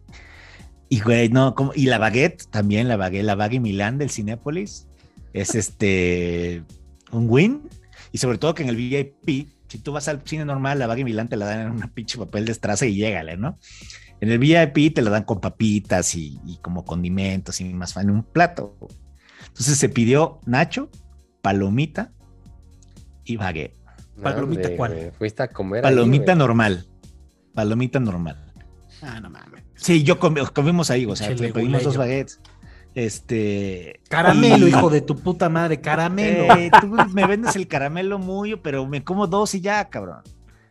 y güey, no, como, y la baguette también, la baguette, la baguette Milán del Cinépolis es este un win. Y sobre todo que en el V I P, si tú vas al cine normal, la baguette Milán te la dan en un pinche papel de estraza y llégale, ¿no? En el V I P te la dan con papitas y, y como condimentos y más en un plato. Entonces se pidió nacho, palomita y baguette. ¿Palomita Hombre, cuál? güey, fuiste a comer Palomita ahí, güey. normal. Palomita normal. Ah, no mames. Sí, yo comi- comimos ahí, o sea, Pinche le pedimos dos leguleyo. baguettes. Este. Caramelo, y- hijo de tu puta madre, caramelo. Eh, tú me vendes el caramelo muy, pero me como dos y ya, cabrón.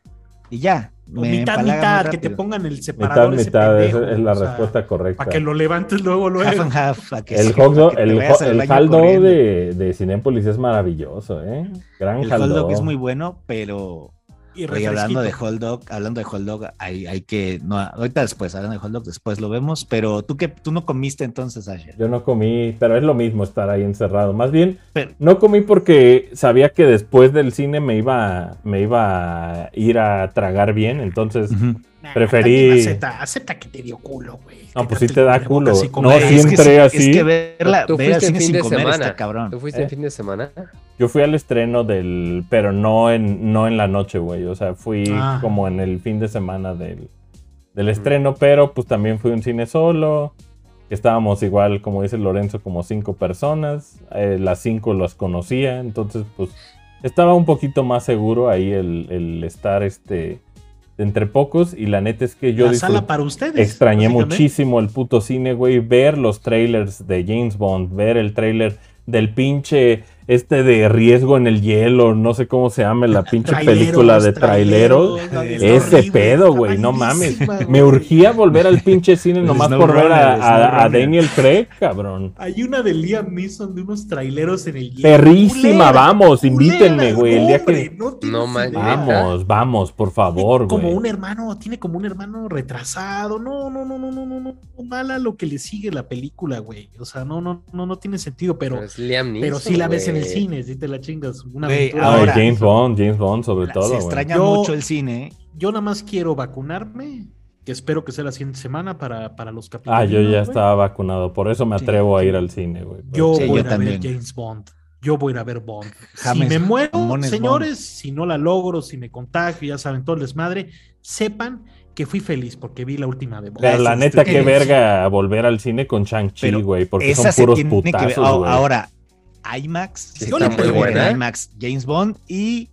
Y ya. O me mitad, empalaga mitad, muy que te rápido. pongan el Mitad, separador. ese mitad, esa pendejo, es la o sea, respuesta correcta. Para que lo levantes luego, Half luego. and half. a que El sí, hot dog, para que te el, vayas ho- al el baño hot dog corriendo. de, de Cinépolis es maravilloso, ¿eh? Gran El hot hot dog dog. es muy bueno, pero Y oye, hablando de refresquito. hot dog, hablando de hot dog, hay, hay que, no, ahorita después, hablando de hot dog, después lo vemos, pero tú que tú no comiste entonces, Asher. Yo no comí, pero es lo mismo estar ahí encerrado. Más bien, Pero- no comí porque sabía que después del cine me iba, me iba a ir a tragar bien, entonces Ujú. Nah, preferí- también Acepta, acepta que te dio culo, güey. No, pues Quítate sí te el da cubrebocas culo. y No, comer. sí es que, entré sí, así. es que verla, Tú ver al fuiste en cine fin sin de comer semana. está cabrón. ¿Tú fuiste ¿Eh? en fin de semana? Yo fui al estreno del, pero no en, no en la noche, güey. O sea, fui Ah. como en el fin de semana del, del estreno, pero pues también fui a un cine solo. Estábamos igual, como dice Lorenzo, como cinco personas. Eh, las cinco las conocía, entonces pues estaba un poquito más seguro ahí el, el estar este entre pocos. Y la neta es que yo La disfruté- sala para ustedes. extrañé básicamente. muchísimo el puto cine, güey. Ver los trailers de James Bond, ver el trailer del pinche este de Riesgo en el Hielo, no sé cómo se llama la pinche Traileros, película de traileros. traileros, Está Ese horrible, pedo, está güey, no mames. malísima, Me güey. urgía volver al pinche cine nomás por ver a, Snowrunner, a- a Snowrunner. Daniel Craig, cabrón. Hay una de Liam Neeson de unos traileros en el hielo. Perrísima, Culera, vamos, culera, invítenme, güey, el día hombre, que... no tienes No manches. idea. Vamos, vamos, por favor, Como güey. un hermano, tiene como un hermano retrasado. No, no, no, no, no, no, no. Mala lo que le sigue la película, güey. O sea, no, no, no, no tiene sentido, pero, Pero es Liam Neeson, pero sí la ves en el güey. cine, sí te la chingas. Una Güey, aventura. Ay, ahora- James Bond, James Bond sobre La- todo, se güey. extraña Yo- mucho el cine. Yo nada más quiero vacunarme, que espero que sea la siguiente semana para, para los capítulos. Ah, yo ya estaba vacunado, por eso me Sí. atrevo a ir al cine, güey. Yo Sí, voy yo a ir a también. ver James Bond. Yo voy a ir a ver Bond. James- si me muero, Jamones señores, si no la logro, si me contagio, ya saben, todo el desmadre, sepan que fui feliz porque vi la última de Bond. Pero la Ese neta, estoy- qué verga volver al cine con Shang-Chi, Pero güey, porque esa son se puros tiene que ver. putazos, Ah, güey. Ahora, IMAX Sí, se está tiene muy que ver buena. en IMAX. James Bond y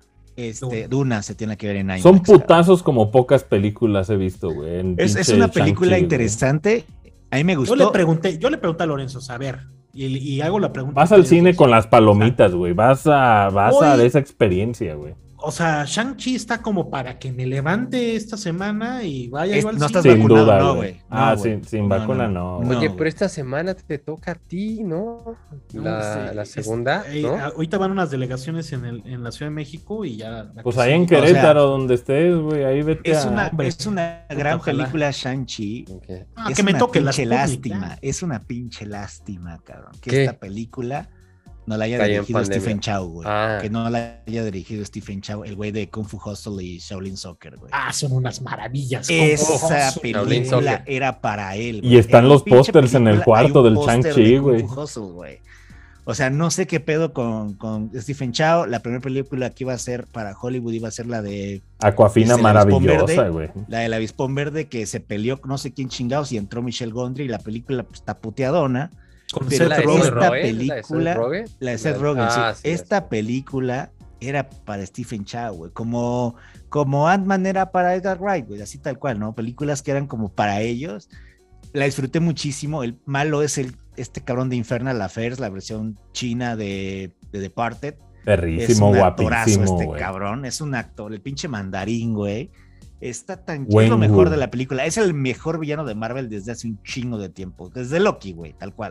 este, Duna. Duna se tiene que ver en IMAX. Son cabrón. putazos como pocas películas he visto, güey. en Es, es pinche una película Shang-Chi, interesante. A mí me Yo gustó. le pregunté, yo le pregunté a Lorenzo, a ver, y, y hago la pregunta. güey. Vas a al ustedes cine dos. con las palomitas, güey. Vas a, vas a Hoy- esa experiencia, güey. O sea, Shang-Chi está como para que me levante esta semana y vaya Es- yo al no cine. estás Sin vacunado, duda, no, güey. güey. Ah, No, güey. sin, sin No, vacuna no, no. no. güey. Oye, güey. pero esta semana te toca a ti, ¿no? La, Sí, la es- segunda, eh, ¿no? ahorita van unas delegaciones en, el, en la Ciudad de México y ya. la Pues que ahí en sigue- Querétaro, donde estés, güey, ahí vete Es a... una, hombre. es una gran Ojalá. película Shang-Chi. Ok. Ah, es que me una toque la pinche Sputnik, lástima. ya. Es una pinche lástima, cabrón. Que ¿Qué? esta película no la haya Cayó en dirigido pandemia. Stephen Chow, güey. Ah. Que no la haya dirigido Stephen Chow, el güey de Kung Fu Hustle y Shaolin Soccer, güey. Ah, son unas maravillas. Esa Kung Fu Hustle. Shaolin película Soccer. era para él. Y están En los pinche pósters en el película hay cuarto un del póster Shang-Chi, de Kung güey. Fu Hustle, güey. O sea, no sé qué pedo con, con Stephen Chow. La primera película que iba a ser para Hollywood iba a ser la de Aquafina Dice el avispón maravillosa, verde. güey. la del avispón verde que se peleó no sé quién chingados y entró Michelle Gondry y la película pues, está puteadona. Con Pero ¿La Seth de esta Rogen. Seth Rogen? película- ¿La de Seth Rogen? La de Seth La- Rogen, sí. Ah, sí, Esta sí. película era para Stephen Chow, güey. Como, como Ant-Man era para Edgar Wright, güey. Así tal cual, ¿no? Películas que eran como para ellos. La disfruté muchísimo. El malo es el, este cabrón de Infernal Affairs, la versión china de, de Departed. Es Perrísimo, un actorazo guapísimo, este güey. cabrón. Es un actor, el pinche mandarín, güey. Está tan Wenwu. es lo mejor de la película. Es el mejor villano de Marvel desde hace un chingo de tiempo. Desde Loki, güey, tal cual.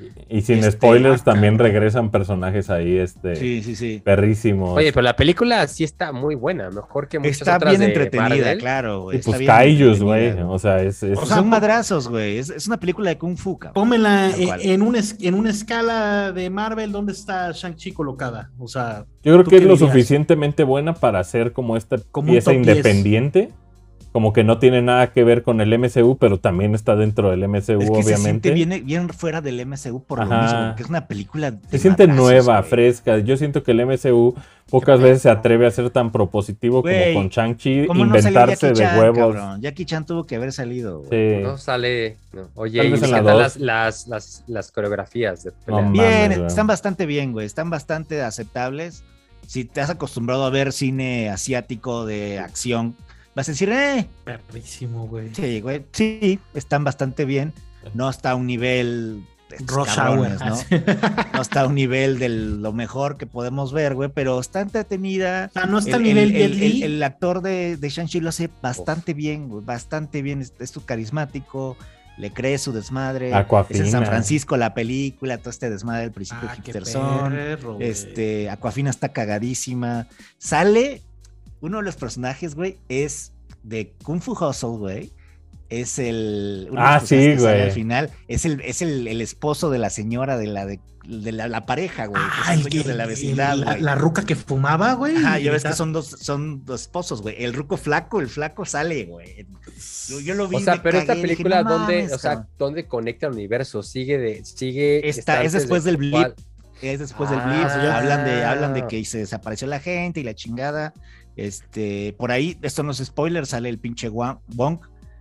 Y sin Este, spoilers, acá, también güey. regresan personajes ahí, este, Sí, sí, sí. perrísimos. Oye, pero la película sí está muy buena, mejor que muchas Está otras bien de entretenida, Marvel. claro, güey. Y está pues bien kaijus, güey. entretenida, O sea, es... es- O Pues sea, son po- madrazos, güey. Es, es una película de Kung Fu, cabrón. Pómela Tal en, cual. en, una, es- en una escala de Marvel, ¿dónde está Shang-Chi colocada? O sea, yo creo ¿tú que es qué lo dirías? suficientemente buena para ser como esta Como un pieza top diez. independiente. Como que no tiene nada que ver con el M C U, pero también está dentro del M C U, Es que se obviamente. siente bien, bien fuera del M C U por lo Ajá. mismo, porque es una película de Se siente madrazos, nueva, güey. fresca. Yo siento que el M C U pocas Qué veces se pedo. atreve a ser tan propositivo Güey, como con Shang-Chi, ¿Cómo no salió inventarse Jackie de Chan, huevos. cabrón? Jackie Chan tuvo que haber salido, güey. Sí. No sale. no. Oye, Tal ¿y vez qué en la tal dos. las, las, las, las coreografías de pelea? No, Bien, mames, güey. están bastante bien, güey. Están bastante aceptables. Si te has acostumbrado a ver cine asiático de acción, vas a decir, eh, perrísimo, güey. sí, güey, sí, están bastante bien. No está a un nivel de estos Rush Hour. cabrones, ¿no? No está a un nivel de lo mejor que podemos ver, güey, pero está entretenida. O sea, no está a El- nivel el, Jet el, Li. el- el actor de, de Shang-Chi lo hace bastante bien, güey, bastante bien. Es, es su carismático, le cree su desmadre. Aquafina. Es en San Francisco la película, todo este desmadre del principio Ah, qué hipsterson. perro, güey. Este, Aquafina está cagadísima. Sale, uno de los personajes, güey, es de Kung Fu Hustle, güey. Es el. uno de Ah, los personajes sí, que sale güey. Al final, es el, es el, el esposo de la señora de la, de, de la, la pareja, güey. que Ah, son el dueños que- de la el- vecindad, la, güey. la ruca que fumaba, güey. Ajá, y ya ves que está- son dos, son dos esposos, güey. El ruco flaco, el flaco sale, güey. Yo, yo lo vi. O sea, me pero esta cagué, dije, película, no ¿dónde, mames, o sea, cabrón. ¿dónde conecta el universo? Sigue de, sigue. Está- está es antes después de del blip. cuál- Es después del Ah, blip. o sea, ya- hablan, de, hablan de que se desapareció la gente y la chingada. Este, por ahí, esto no es spoiler, sale el pinche Wong. Wong,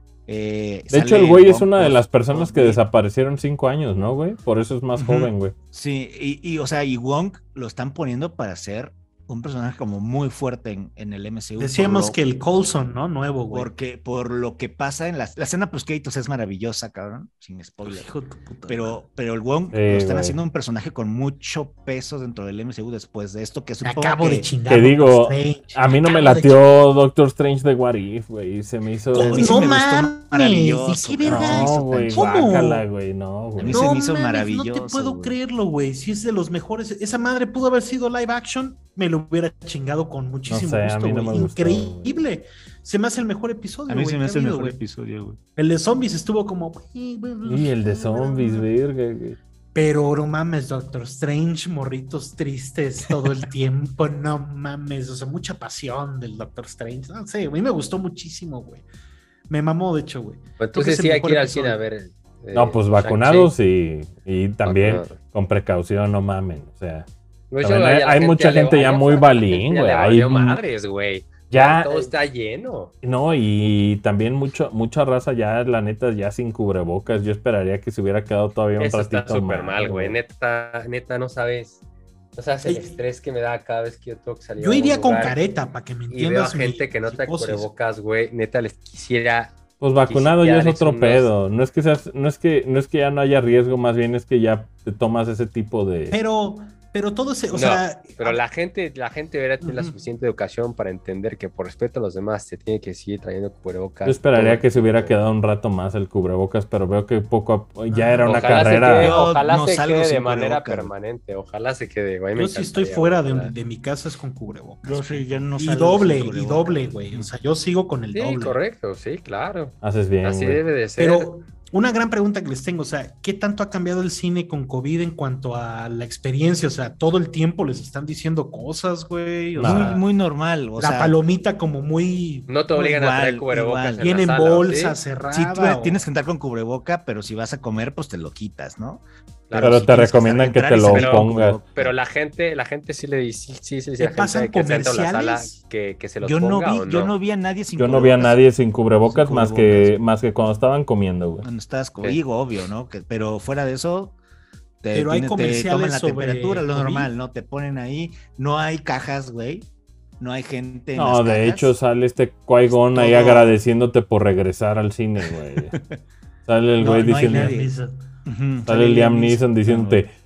eh, De hecho, sale el güey es Wong una de post- las personas que post-blip. desaparecieron cinco años, ¿no, güey? Por eso es más Ujú. joven, güey. Sí, y, y, o sea, y Wong lo están poniendo para ser un personaje como muy fuerte en, en el M C U. Decíamos por lo- que el Coulson, ¿no? Nuevo, güey. Porque por lo que pasa en la, la escena post créditos es maravillosa, cabrón, sin spoiler. Hijo de tu puta madre. Pero, pero el Wong Sí, lo están güey. haciendo un personaje con mucho peso dentro del M C U después de esto, que Me supongo acabo que... de chingar. Te digo, Doctor Strange. A mí no me Acabo de latió Doctor Strange de What If, güey. Se me hizo... A mí sí No me gustó mames, maravilloso, ¿de qué cabrón. verga No, es? No, güey, ¿Cómo? guácala, güey, no, A güey. mí No se me hizo mames, maravilloso, No te puedo güey. creerlo, güey. Si es de los mejores. Esa madre pudo haber sido live action, me lo hubiera chingado con muchísimo No sé, a gusto, mí no güey. me gustó, Increíble. Se me hace el mejor episodio. A mí güey, se me que hace ha el habido, mejor güey. episodio, güey. El de zombies estuvo como. Y el de zombies, verga, güey. Pero no mames, Doctor Strange, morritos tristes todo el tiempo. No mames. O sea, mucha pasión del Doctor Strange. No sé, güey. Me gustó muchísimo, güey. Me mamó, de hecho, güey. Pues Creo que entonces es el sí hay mejor que ir al episodio. cine a ver. eh, No, pues Shang-Chi. vacunados y, y también Vacunado. con precaución, no mamen. O sea, Pues También yo, hay- a la hay mucha le- gente ya allá muy afuera, la gente balín, ya güey. le Hay valió mu- madres, güey. ya, Todo está lleno. no, y también mucho, mucha raza ya, la neta, ya sin cubrebocas. Yo esperaría que se hubiera quedado todavía un Eso está ratito súper más, mal, güey. Neta, neta, no sabes. No sabes el Ey. estrés que me da cada vez que yo tengo que salir. Yo a un iría con lugar careta para que me Y veo a entiendas. mi gente que no trae psicosis. cubrebocas, güey. Neta, les quisiera. Pues vacunado ya es Quisiera otro unos- pedo. No es que seas, no es que, no es que ya no haya riesgo, más bien es que ya te tomas ese tipo de. Pero, pero todo ese, o No, sea, Pero la gente, la gente debería tener la Ujú. suficiente educación para entender que por respeto a los demás se tiene que seguir trayendo cubrebocas. Yo esperaría todo que el se hubiera tiempo. quedado un rato más el cubrebocas, pero veo que poco a, ya era una Ojalá se carrera. quede, Yo ojalá no se salgo quede de sin manera cubrebocas. permanente. Ojalá se quede, güey. me yo sí estoy encantaría, fuera güey, de, ojalá. de mi casa es con cubrebocas. Yo sí, ya no y salgo doble, sin y cubrebocas. doble, güey. O sea, yo sigo con el Sí, doble. correcto, sí, claro. Haces bien, Así güey. debe de ser. Pero una gran pregunta que les tengo, o sea, ¿qué tanto ha cambiado el cine con COVID en cuanto a la experiencia? O sea, todo el tiempo les están diciendo cosas, güey. O Nah. sea, Muy, muy normal. O la sea, palomita como muy no te obligan a igual, traer cubrebocas igual. en bien la en sala, ¿o bolsa, sí? cerrada. sí, tú o- tienes que entrar con cubreboca, pero si vas a comer, pues te lo quitas, ¿no? Claro, Pero si te tienes recomiendan que entrar te y lo salir con pongas. cubrebocas. Pero la gente, la gente sí le dice, sí, sí, sí, ¿Te la gente pasan que está dentro de la sala comerciales? que, que se los Yo no ponga vi, o no. yo no vi a nadie sin Yo no vi a cubrebocas. nadie sin cubrebocas, Sin más cubrebocas. que más que cuando estaban comiendo, güey. Cuando estás con Sí. digo, obvio, ¿no? Que, pero fuera de eso, te, Pero hay tienes- te comerciales toman la sobre temperatura, lo COVID. normal, ¿no? Te ponen ahí, no hay cajas, güey. No hay gente en No, las de cajas. hecho sale este Qui-Gon ahí Todo- agradeciéndote por regresar al cine, güey. Sale el No, güey no hay diciendo, nadie. Liam Neeson. Ujú, sale Liam Neeson diciéndote,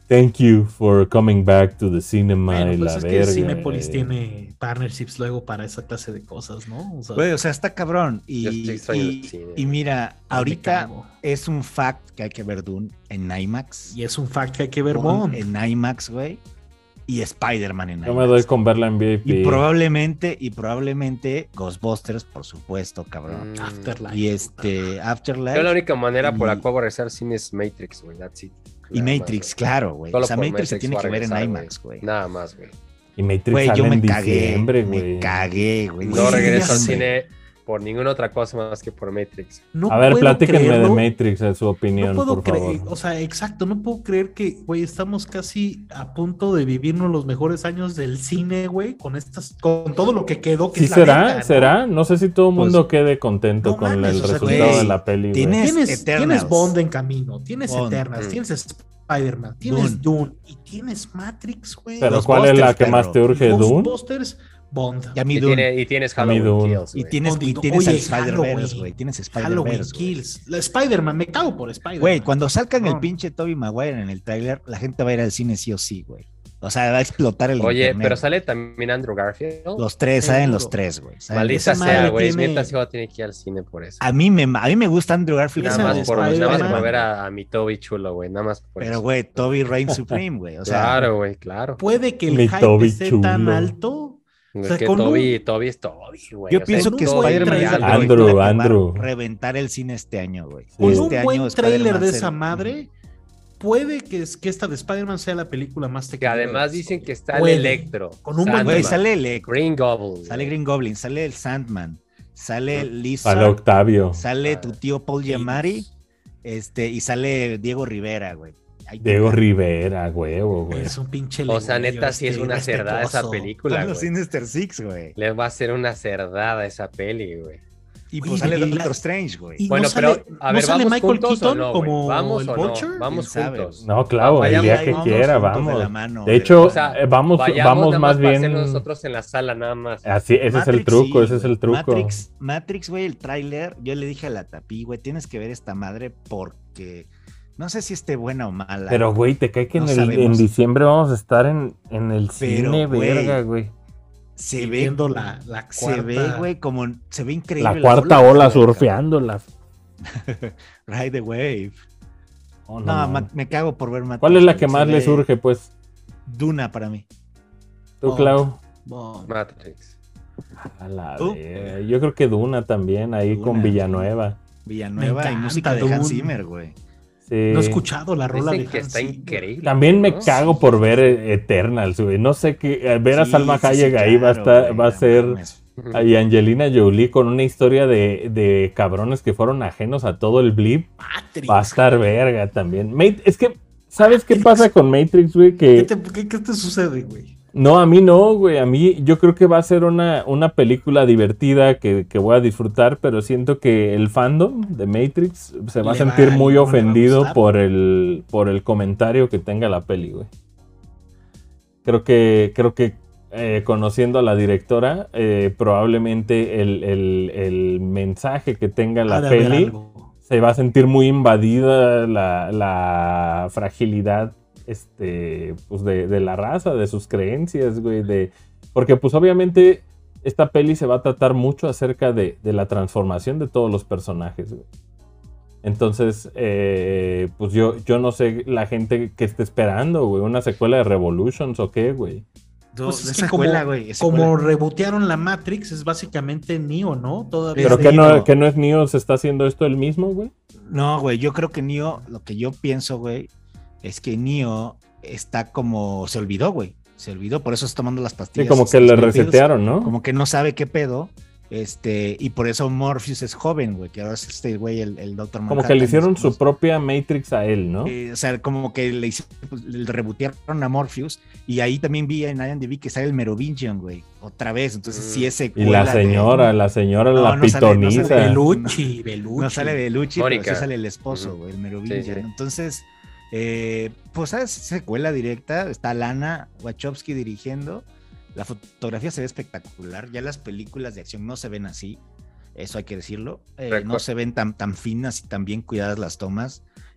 Thank you for coming back to the cinema Bueno, y pues la es verga. que Cinépolis eh. tiene partnerships luego para esa clase de cosas, ¿no? O sea, Güey, o sea, está cabrón. Yo sí Y, extraño el y, cine, y güey. mira, me ahorita cago. es un fact que hay que ver Dune en IMAX. Y es un fact que hay que ver Bond Bond. en IMAX, güey. Y Spider-Man en Yo IMAX. me doy con verla en V I P. Y probablemente, y probablemente Ghostbusters, por supuesto, cabrón. Mm. Afterlife. Y este, Afterlife. Yo la única manera por la y- cual voy a regresar al cine es Matrix, güey. That's it. Y Nada Matrix, más, güey. claro, güey. Solo O sea, por Matrix se Matrix tiene voy a que ver en regresar, IMAX, güey. Nada más, güey. Y Matrix Güey, sale yo me en cagué. diciembre, Me güey. cagué, güey. No Sí, regreso ya al sé. cine por ninguna otra cosa más que por Matrix. No A ver, puedo platíquenme creerlo. de Matrix, en su opinión, No puedo por creer, favor. o sea, exacto, no puedo creer que, güey, estamos casi a punto de vivirnos los mejores años del cine, güey, con estas, con todo lo que quedó. Que ¿Sí es la será? verga, ¿no? ¿Será? No sé si todo el mundo Pues, quede contento no con mames, el o sea, resultado güey, de la peli, güey. tienes- Tienes, Eternals. tienes Bond en camino, tienes Bond. Eternals, Mm. tienes Spider-Man, tienes Dune. y tienes Matrix, güey. Pero Los ¿cuál es la Ghostbusters, que más perro. te urge, Dune? Ghostbusters, Bond. Y a mí Y, Dune. tiene- y tienes A mí Halloween Dune. Kills, Y güey. tienes, y Bondito. tienes Oye, el Spider-Verse, Halloween. güey. Tienes Halloween Spider-Verse, güey. Kills. La Spider-Man, me cago por Spider-Man. Güey, cuando salgan el No. pinche Tobey Maguire en el tráiler, la gente va a ir al cine sí o sí, güey. O sea, va a explotar el Oye, internet. pero sale también Andrew Garfield. Los tres, salen Seguro. los tres, güey. Salen Maldita los esa tres. sea, madre güey. tiene- Neta, sí va a tener que ir al cine por eso. A mí me, a mí me gusta Andrew Garfield. Nada esa como de más, por, nada más Spider-Man. por ver a, a mi Toby chulo, güey. Nada más por Pero, eso. güey, Toby Reigns Supreme, güey. O sea, Claro, güey, claro. Puede que el Mi hype Toby esté chulo. tan alto. Es sea, que con Toby, un- Toby es Toby, güey. yo O sea, pienso con que un buen Spider-Man es la trailer. Andrew, película que va a Andrew. reventar el cine este año, güey. Con Este un año buen Spider-Man tráiler de se- esa madre, puede que, es- que esta de Spider-Man sea la película más Que tequilera de además la dicen que historia. está el Puede. Electro. Con un buen Sandman, Güey, sale el Green Goblin. sale Green Goblin, sale el Sandman, sale Sale Lizard, Octavio. sale Ah, tu tío Paul Giamatti, este, y sale Diego Rivera, güey. Ahí te Diego encargo. Rivera, huevo, güey. Es un pinche. O sea, legullo, neta, sí es este, una cerdada esa respetuoso. película, Son los güey. Sinister Six, güey. Le va a hacer una cerdada esa peli, güey. Y Oye, pues sale y la- Doctor Strange, güey. y Bueno, no sale, pero, a ¿no ver, sale ¿vamos Michael juntos o Keaton no, güey? como ¿Vamos el o no? Vulture? Vamos ¿Quién sabe? juntos. No, claro, el Vayamos- día que vamos quiera, juntos de vamos. la mano, de güey. hecho, O sea, eh, vamos, vayamos vamos nada más para bien. hacerlo nosotros en la sala, nada más. Así, ese es el Matrix, truco, sí, ese es güey. el truco. Matrix, Matrix, güey, el tráiler, yo le dije a la Tapi, güey, tienes que ver esta madre porque no sé si esté buena o mala. Pero, güey, te cae que No en, el, en sabemos. diciembre vamos a estar en, en el Pero, cine, güey, verga, güey. se Y ve, viendo la, la se cuarta- ve, güey, como se ve increíble. La cuarta ola, ola güey, surfeándola. cabrón. Ride the wave. Oh, No, no, no. ma- me cago por ver Matrix. ¿Cuál es la güey, que se más le ve surge, pues? Duna para mí. ¿Tú, Oh. Clau? Bond. Matrix. A la ¿Tú? verga. Yo creo que Duna también, ahí Duna, con Villanueva. Villanueva Me y encanta música de Hans Dune. Zimmer, güey. Sí. No he escuchado la rola Dicen de que Hans está Zimmer. increíble. También me ¿no? cago por ver eh, Eternals, güey. No sé qué. eh, Ver a Sí, Salma sí, sí, Hayek ahí va a claro, estar, güey, va a no ser. mames. Y Angelina Jolie con una historia de, de cabrones que fueron ajenos a todo el blip. Matrix. Va a estar verga también. Mate- es que, ¿sabes qué pasa con Matrix, güey? ¿Qué Que te, qué- qué te sucede, güey? no, a mí no, güey. A mí yo creo que va a ser una, una película divertida que, que voy a disfrutar, pero siento que el fandom de Matrix se va a Le sentir va- muy no le va a ofendido gustar. por el, por el comentario que tenga la peli, güey. Creo que, creo que eh, conociendo a la directora, eh, probablemente el, el- el mensaje que tenga Ha la de haber peli algo. se va a sentir muy invadida la, la fragilidad este, pues de, de la raza, de sus creencias, güey. De, porque pues obviamente esta peli se va a tratar mucho acerca de, de la transformación de todos los personajes, güey. Entonces, eh, pues yo, yo no sé la gente que esté esperando, güey. ¿Una secuela de Revolutions o qué, güey? Pues es Esa que como, escuela, güey, esa como escuela. rebotearon la Matrix, es básicamente Neo, ¿no? Todavía ¿Pero Sí, que no, no. que no es Neo, se está haciendo esto él mismo, güey? No, güey, yo creo que Neo, lo que yo pienso, güey, es que Neo está como, se olvidó, güey, se olvidó, por eso está tomando las Sí, pastillas. como que los le pills, resetearon, ¿no? Como que no sabe qué pedo, este, y por eso Morpheus es joven, güey, que ahora es este güey, el, el Doctor Como Manhattan. que le hicieron después. su propia Matrix a él, ¿no? Eh, o sea, como que le, hicieron, pues, le rebotearon a Morpheus, y ahí también vi en I M D B que sale el Merovingian, güey, otra vez, entonces sí es Y secuela la de- señora, la señora, No, la no sale- no sale pitoniza. Belucci, Belucci. No sale Belucci, Mónica. pero sí sale el esposo, Ujú. güey, el Merovingian. Sí, sí. Entonces, eh, pues es secuela directa. Está Lana Wachowski dirigiendo. La fotografía se ve espectacular. Ya las películas de acción no se ven así. Eso hay que decirlo. Eh, Recu- no se ven tan, tan finas y tan bien cuidadas las tomas.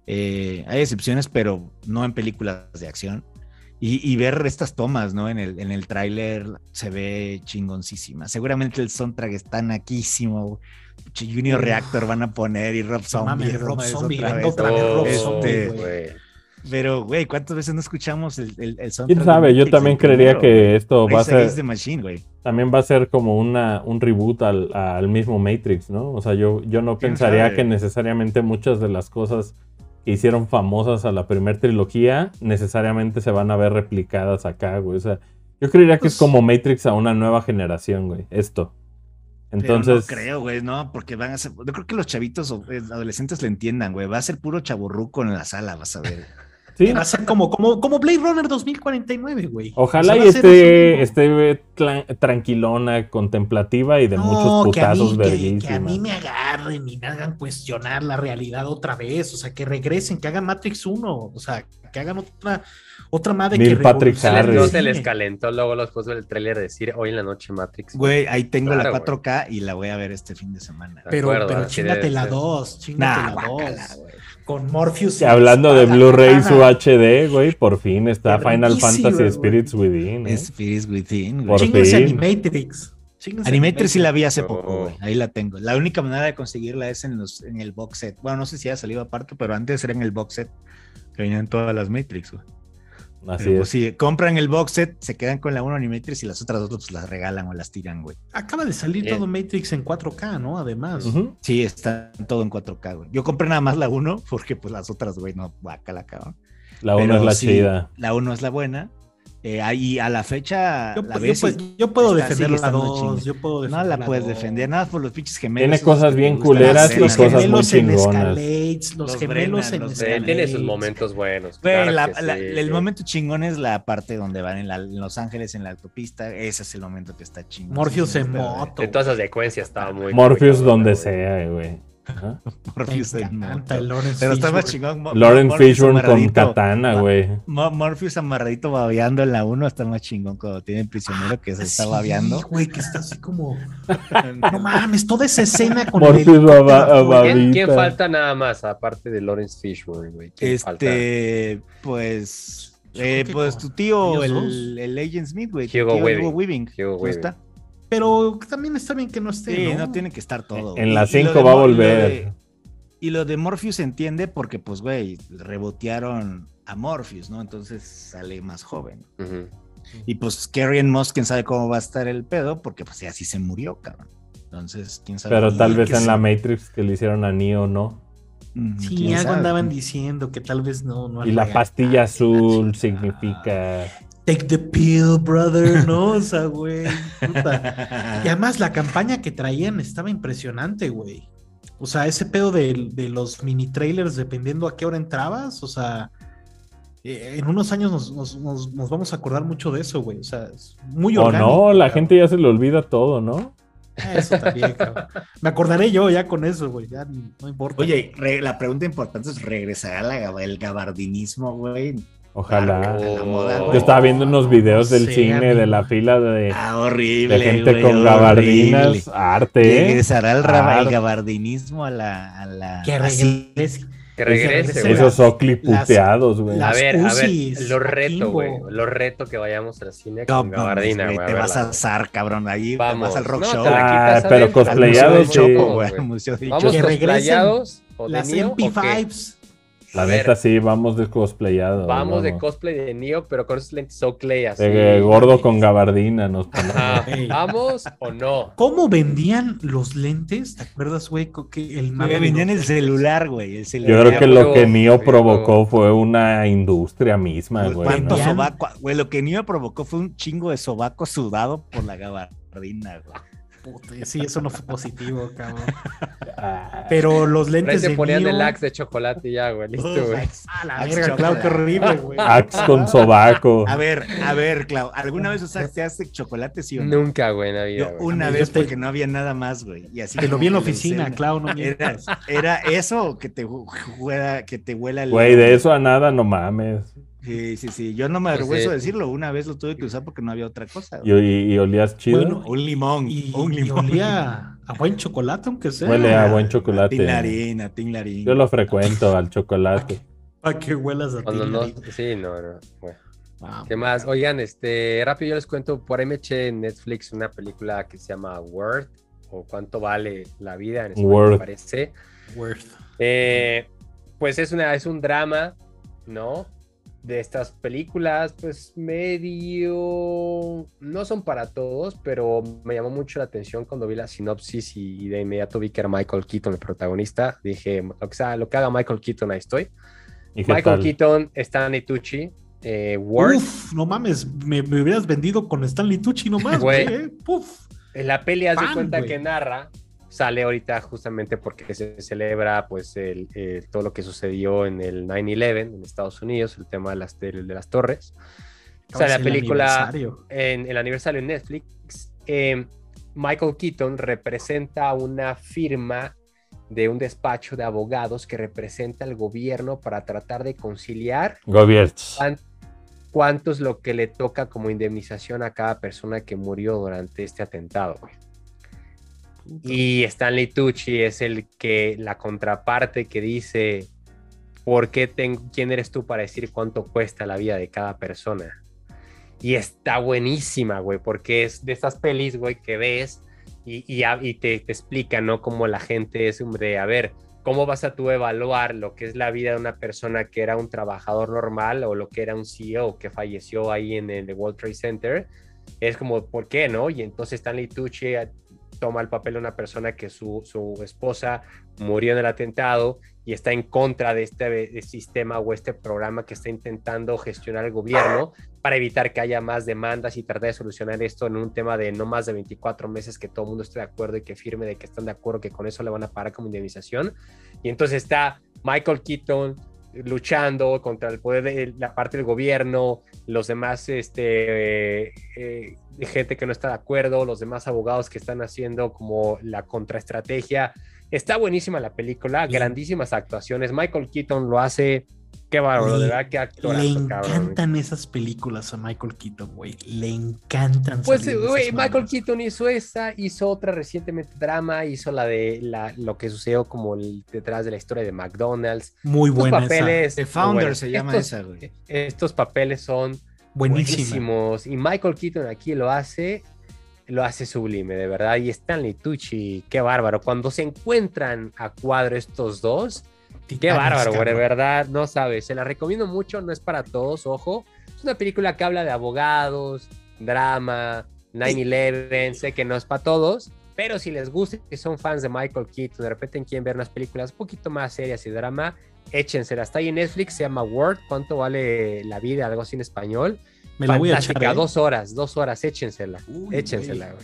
Eh, hay excepciones, pero no en películas de acción. Y, y ver estas tomas, ¿no? En el, en el tráiler se ve chingoncísima. Seguramente el soundtrack está naquísimo. Junior Uf. Reactor van a poner y Rob Zombie. Mames, no Rob mames, Zombie, otra venga vez. otra vez Rob Este, Zombie, güey. Pero, güey, ¿cuántas veces no escuchamos el, el, el soundtrack? ¿Quién sabe? de Yo Matrix, también el creería primero, que güey? esto va a Rise Against ser... the Machine, güey. También va a ser como una, un reboot al, al mismo Matrix, ¿no? O sea, yo, yo no ¿Quién pensaría sabe? que necesariamente muchas de las cosas que hicieron famosas a la primera trilogía necesariamente se van a ver replicadas acá, güey. O sea, yo creería que Pues- es como Matrix a una nueva generación, güey. Esto. Entonces, Pero no creo, güey, no, porque van a ser. Yo creo que los chavitos o eh, adolescentes le entiendan, güey. Va a ser puro chaburruco en la sala, vas a ver. sí, Va a ser como, como, como Blade Runner dos mil cuarenta y nueve, güey. ojalá O sea, y va a ser eso esté, mismo. esté tla- tranquilona, contemplativa y de No, muchos que a mí- putazos que- verguísimas. Que a mí me agarren y me hagan cuestionar la realidad otra vez. O sea, que regresen, que hagan Matrix uno. O sea, que hagan otra, otra madre Neil que Patrick Se les- Harris. no Harry. se les calentó luego después del tráiler decir hoy en la noche Matrix. Güey, ahí tengo Claro, la güey. cuatro K y la voy a ver este fin de semana. De Pero, acuerdo, pero así chingate debe la ser. dos, chingate Nah, la guácala, dos. güey. Con Morpheus. Que y hablando de espada Blu-ray katana. su H D, güey, por fin está Final Verguísima, Fantasy güey. Spirits Within. ¿eh? Spirits Within, güey. Por Chinguense fin. Animatrix. Chinguense Animatrix sí la vi hace Oh. poco, güey. Ahí la tengo. La única manera de conseguirla es en, los, en el box set. Bueno, no sé si ha salido aparte, pero antes era en el box set. Que venían todas las Matrix, güey. Así Pero, es. pues, sí, compran el box set, se quedan con la uno Animatrix y las otras dos pues, las regalan o las tiran, güey. Acaba de salir Bien. todo Matrix en cuatro K, ¿no? Además. Ujú. Sí, están todo en cuatro K, güey. Yo compré nada más la uno porque pues las otras, güey, no, guácala, cabrón. La una Pero es la sí, chida. La uno es la buena. Eh, ahí a la fecha Yo, la yo ves pues- y yo puedo está- defender sigue la estando dos. chinga. Yo puedo no defender la la puedes dos. defender, nada más por los pinches gemelos. Tiene esos cosas que te bien gustan culeras las y Los escenas, cosas güey. muy gemelos en chingonas. Escalades, los Los gemelos Brennan, en los Sí, Escalades. tiene sus momentos buenos. Güey, claro la- que la- sí, el sí. momento chingón es la parte donde van en, la- en Los Ángeles en la autopista. Ese es el momento que está chingón. Morpheus Sí, en pero, moto. De todas esas secuencias estaba muy. Morpheus muy donde cabrona, güey. sea, güey. Ajá. Morpheus Me en encanta moto. el Lawrence Pero está más Fishburne. chingón. Mo- Lauren Morpheus Fishburne con amarradito. katana, Ma- güey. Mo- Morpheus amarradito babeando en la uno está más chingón cuando tiene el prisionero que se está Sí, babeando. güey, que está así como. No mames, toda esa escena con Morpheus el helicóptero baba- afuera. baba- ¿Quién, quién Ahorita. falta nada más aparte de Lawrence Fishburne, güey? ¿Quién falta? Este, pues, Yo eh, creo que pues con tu tío, ellos el, el Agent Smith, güey. tu Hugo tío Weaving. Weaving. Hugo ¿No Weaving. está? Pero también está bien que no esté. Sí, ¿no? no tiene que estar todo. En Y- la y lo cinco de va a Mo- y lo volver. de- Y lo de Morpheus se entiende porque, pues, güey, rebotearon a Morpheus, ¿no? Entonces sale más joven. Ujú. Y pues Carrie Moss, quién sabe cómo va a estar el pedo, porque pues así se murió, cabrón. Entonces, quién sabe. Pero Y tal vez que en se- la Matrix que le hicieron a Neo, ¿no? Mm, Sí, quién algo sabe. andaban diciendo que tal vez no. no Y es la real. pastilla Ah, azul chingada. significa... Take the pill, brother, ¿no? O sea, güey. puta. Y además la campaña que traían estaba impresionante, güey. O sea, ese pedo de, de los mini trailers, dependiendo a qué hora entrabas, o sea, eh, en unos años nos, nos- nos- nos vamos a acordar mucho de eso, güey. O sea, es muy O orgánico. no, la cabrón. gente ya se le olvida todo, ¿no? Eso también, cabrón. Me acordaré yo ya con eso, güey. Ya no importa. Oye, re- la pregunta importante es: ¿regresará la gab- el gabardinismo, güey? Ojalá. A la moda, Yo güey. estaba viendo unos videos del Sí, cine amigo. de la fila de, Ah, horrible. de gente güey, con horrible. gabardinas. Arte, ¿eh? Regresará el, raba- el Arte. gabardinismo a la. A la que así. regrese. Que regrese, Ese- güey. Esos Oakley las- puteados, güey. las- A ver, a ver, Uzis, lo reto, Akimbo. güey. Lo reto que vayamos al cine No, con gabardina, mames, güey. Te a vas a verla, asar, cabrón. Ahí Vamos. te vas al rock No, show. te la Ah, quitas pero adentro. cosplayado, Al Museo del sí. Chopo, güey, güey. al Museo del Vamos Chopo. Que regresen cosplayados o de Las Neo, M P ¿o qué? cinco. La A neta, ver. sí, vamos de cosplayado. Vamos de cosplay de Neo, pero con esos lentes Oakley así. De gordo con gabardina nos ponemos. Ajá. Ey. ¿Vamos o no? ¿Cómo vendían los lentes? ¿Te acuerdas, güey? Co- que el Me mame de vendían los el lentes? celular, güey. El Yo celular. creo que lo Pero- que Neo pero- provocó fue una industria misma, Pues, güey. ¿Cuánto ¿no? Vendían- sobaco? Güey, lo que Neo provocó fue un chingo de sobaco sudado por la gabardina, güey. Puta, sí, eso no fue positivo, cabrón. Ah, Pero los Por ahí lentes te de ponían Neo... el axe de chocolate y ya, güey. Listo, güey. Ah, la Axe verga, claro, qué chocolate. horrible, güey. Axe con sobaco. A ver, a ver, Clau, ¿alguna vez usaste Aztec chocolate, sí o no? Nunca, güey, en la vida, Yo güey. una Yo vez te- porque no había nada más, güey. Y así Te lo como vi en la que le oficina, usé- Clau, no Era, mientas. era eso o que te hu- huela, que te huela el. Güey, de eso a nada, no mames. Sí, sí, sí. Yo no me Pues avergüenzo sí. de decirlo. Una vez lo tuve que usar porque no había otra cosa. Y, güey. y- y olías chido. Bueno, Un limón. Y, un y limón. olía A buen chocolate, aunque sea. Huele a buen chocolate. Tinlarín, a tinlarín. Yo lo frecuento al chocolate. Para que huelas a ti. Cuando no, sí, no, no. Bueno. Wow. ¿Qué más? Oigan, este, rápido yo les cuento, por ahí me eché en Netflix una película que se llama Worth, o Cuánto vale la vida, en español Worth. me parece. Worth. Eh, pues es, una, es un drama, ¿no? De estas películas, pues medio... No son para todos, pero me llamó mucho la atención cuando vi la sinopsis y de inmediato vi que era Michael Keaton el protagonista. Dije, lo que, sea, lo que haga Michael Keaton, ahí estoy. ¿Y qué Michael tal? Keaton, Stanley Tucci, eh, Worth. Uf, no mames, me, me hubieras vendido con Stanley Tucci nomás, Güey. güey. eh. Puf. En la peli, haz de Fan, cuenta güey. que narra, sale ahorita justamente porque se celebra pues el, el- todo lo que sucedió en el nueve once en Estados Unidos, el tema de las, de, de las torres. O sea, Es la el película, aniversario. en el aniversario en Netflix, eh, Michael Keaton representa una firma de un despacho de abogados que representa al gobierno para tratar de conciliar Gobiernos. cuán- cuánto es lo que le toca como indemnización a cada persona que murió durante este atentado, güey. Y Stanley Tucci es el que, la contraparte que dice, ¿por qué ten- quién eres tú para decir cuánto cuesta la vida de cada persona? Y está buenísima, güey, porque es de estas pelis, güey, que ves y, y, a- y te, te explica, ¿no? Cómo la gente es de, a ver, ¿cómo vas a tú evaluar lo que es la vida de una persona que era un trabajador normal o lo que era un C E O que falleció ahí en el World Trade Center? Es como, ¿por qué, no? Y entonces Stanley Tucci toma el papel de una persona que su, su esposa murió en el atentado y está en contra de este de sistema o este programa que está intentando gestionar el gobierno para evitar que haya más demandas y tratar de solucionar esto en un tema de no más de veinticuatro meses, que todo el mundo esté de acuerdo y que firme de que están de acuerdo que con eso le van a pagar como indemnización. Y entonces está Michael Keaton luchando contra el poder de la parte del gobierno, los demás este, eh, eh, gente que no está de acuerdo, los demás abogados que están haciendo como la contraestrategia. Está buenísima la película, Bien. grandísimas actuaciones. Michael Keaton lo hace, qué bárbaro, de verdad, qué Le actorazo, cabrón. encantan esas películas a Michael Keaton, güey. Le encantan. Pues, salir de güey, esas Michael mamadas. Keaton hizo esa, hizo otra recientemente drama, hizo la de la, lo que sucedió como el, detrás de la historia de McDonald's. Muy Estos buena papeles, The muy Founder buenos. se llama estos, esa, güey. Estos papeles son esa. Buenísima. buenísimos. Y Michael Keaton aquí lo hace, lo hace sublime, de verdad. Y Stanley Tucci, qué bárbaro. Cuando se encuentran a cuadro estos dos, qué Titanes, bárbaro, güey, de cabrón. verdad, no sabes. Se la recomiendo mucho, no es para todos, ojo. Es una película que habla de abogados, drama, nueve once, sé que no es para todos, pero si les gusta y son fans de Michael Keaton, de repente quieren ver unas películas un poquito más serias y drama, échensela. Está ahí en Netflix, se llama Worth, ¿cuánto vale la vida? Algo así en español. Me la voy a echar. Fantástica, ¿eh? dos horas, dos horas, échensela. Uy, échensela, güey. güey.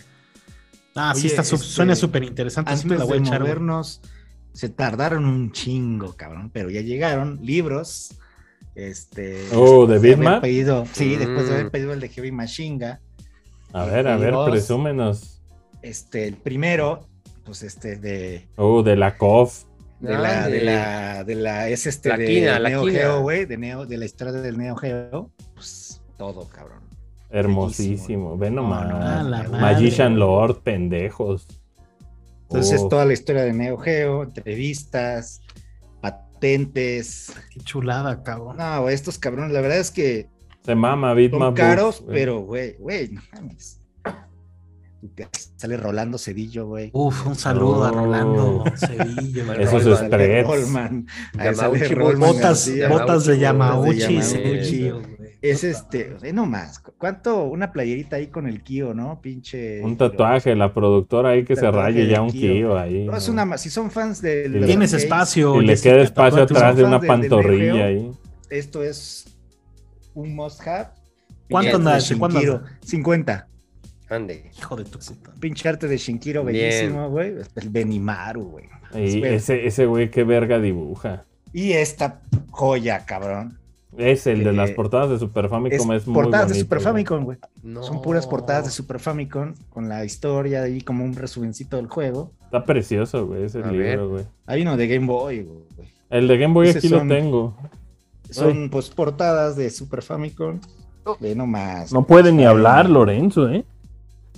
Ah, sí, Oye, está, su- este, suena súper interesante. Sí, me Antes la voy a de echar. güey. movernos, se tardaron un chingo, cabrón, pero ya llegaron libros. Este, Oh, ¿de después haber Bitmap? pedido, sí, después de Mm. haber pedido el de Heavy Machinga. A ver, a ver, Dos. presúmenos. Este, el primero, pues este, de, Oh, de la C O F. de la, Ande. de la, de la, es este La de quina, la Neo quina. Geo, güey, de Neo, de la historia del Neo Geo, pues todo, cabrón. Hermosísimo. Ve No, nomás. no, Ah, la madre. Magician Lord, pendejos. Entonces, Oh, toda la historia de Neo Geo, entrevistas, patentes. Qué chulada, cabrón. No, güey, estos cabrones, la verdad es que se mama son Bitmap. caros, Books, güey. pero, güey, güey, no mames. Sale Rolando Cedillo, güey. Uf, un saludo a Oh. Rolando Cedillo. güey. Esos Rollman. spreads. Rollman. Ahí Yamauchi, sale Rollman Botas, García. botas de Yamauchi. Botas de sí, Yamauchi. güey. Es este, ve nomás, ¿cuánto? Una playerita ahí con el Kio, ¿no? Pinche. Un tatuaje, la productora ahí que se Tatuaje raye de ya un Kio. kilo ahí. No, es ¿no? una, ma- si son fans de, de Y los Tienes arcades, espacio. Y le Jessica, queda espacio tatuate atrás de son una fans del- del pantorrilla Neo ahí. Esto es un must have. ¿Cuánto Pinche anda arte ese? de ¿Cuánto Shinkiro, anda? cincuenta. Ande. Hijo de tu puta. Pinche arte de Shinkiro, Bien. bellísimo, güey. El Benimaru, güey. Y Espera. ese, ese güey qué verga dibuja. Y esta joya, cabrón. Es el de Eh, las portadas de Super Es Famicom, es, muy portadas bonito. de Super güey. Famicom, güey. No. Son puras portadas de Super Famicom con la historia ahí como un resumencito del juego. Está precioso, güey, ese A ver. libro, güey. Hay uno de Game Boy, güey. El de Game Boy Ese aquí son- lo tengo. Son pues portadas de Super Famicom. Ve nomás. No puede ni Está hablar bien. Lorenzo, ¿eh?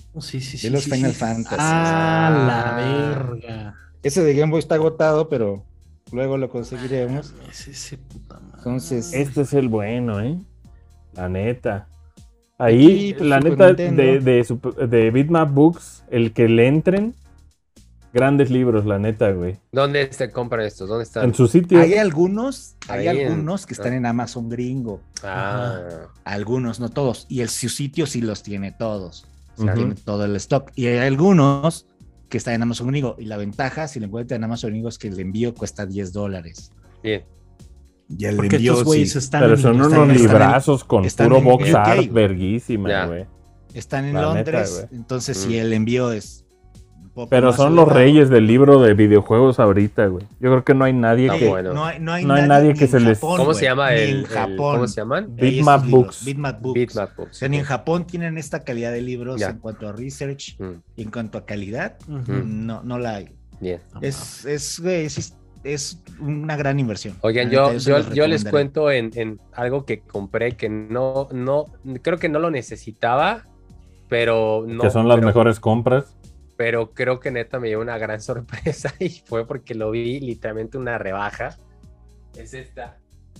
Oh, sí, sí, de sí, los sí, Final sí. Fantasy. Ah, la Ah. verga. Ese de Game Boy está agotado, pero luego lo conseguiremos. Ese, ese puta madre. Entonces, Este es el bueno, ¿eh? La neta. Aquí, Ahí, pues, la Super neta, Nintendo. de, de, Sup- de Bitmap Books, el que le entren, grandes libros, la neta, güey. ¿Dónde se compran estos? ¿Dónde están? En su sitio. hay algunos, hay Ahí en- algunos que están ah. en Amazon gringo. Ah, Algunos, no todos. Y el su sitio sí los tiene todos. O sea, Ujú. tiene todo el stock. Y hay algunos que están en Amazon gringo. Y la ventaja, si lo encuentran en Amazon gringo, es que el envío cuesta diez dólares. bien. Y el Porque envío estos güeyes sí, están Pero en son están unos en- están en- librazos con están puro en box U K, art, güey. verguísima, Ya. güey. están en La Londres. neta, güey. Entonces, Mm. si el envío es un poco Pero más son los elevado, reyes del libro de videojuegos ahorita, güey. Yo creo que no hay nadie Está que... bueno. No hay, no hay No hay nadie, nadie ni que en se les- Japón, ¿Cómo güey, se llama ni el, en el- Japón. ¿Cómo se llaman? Hay Bitmap estos libros, Books. Bitmap Books. Bitmap Books. O sea, ni en ok. Japón tienen esta calidad de libros Ya. en cuanto a research Mm, y en cuanto a calidad, Ujú. no, no la hay. bien. No Es, es, güey, es, es una gran inversión. Oigan, La yo, neta, se yo, los yo les recomendaría. cuento en, en algo que compré que no, no, creo que no lo necesitaba, pero no. que son las pero, mejores compras. pero creo que neta me dio una gran sorpresa y fue porque lo vi literalmente una rebaja. Es esta.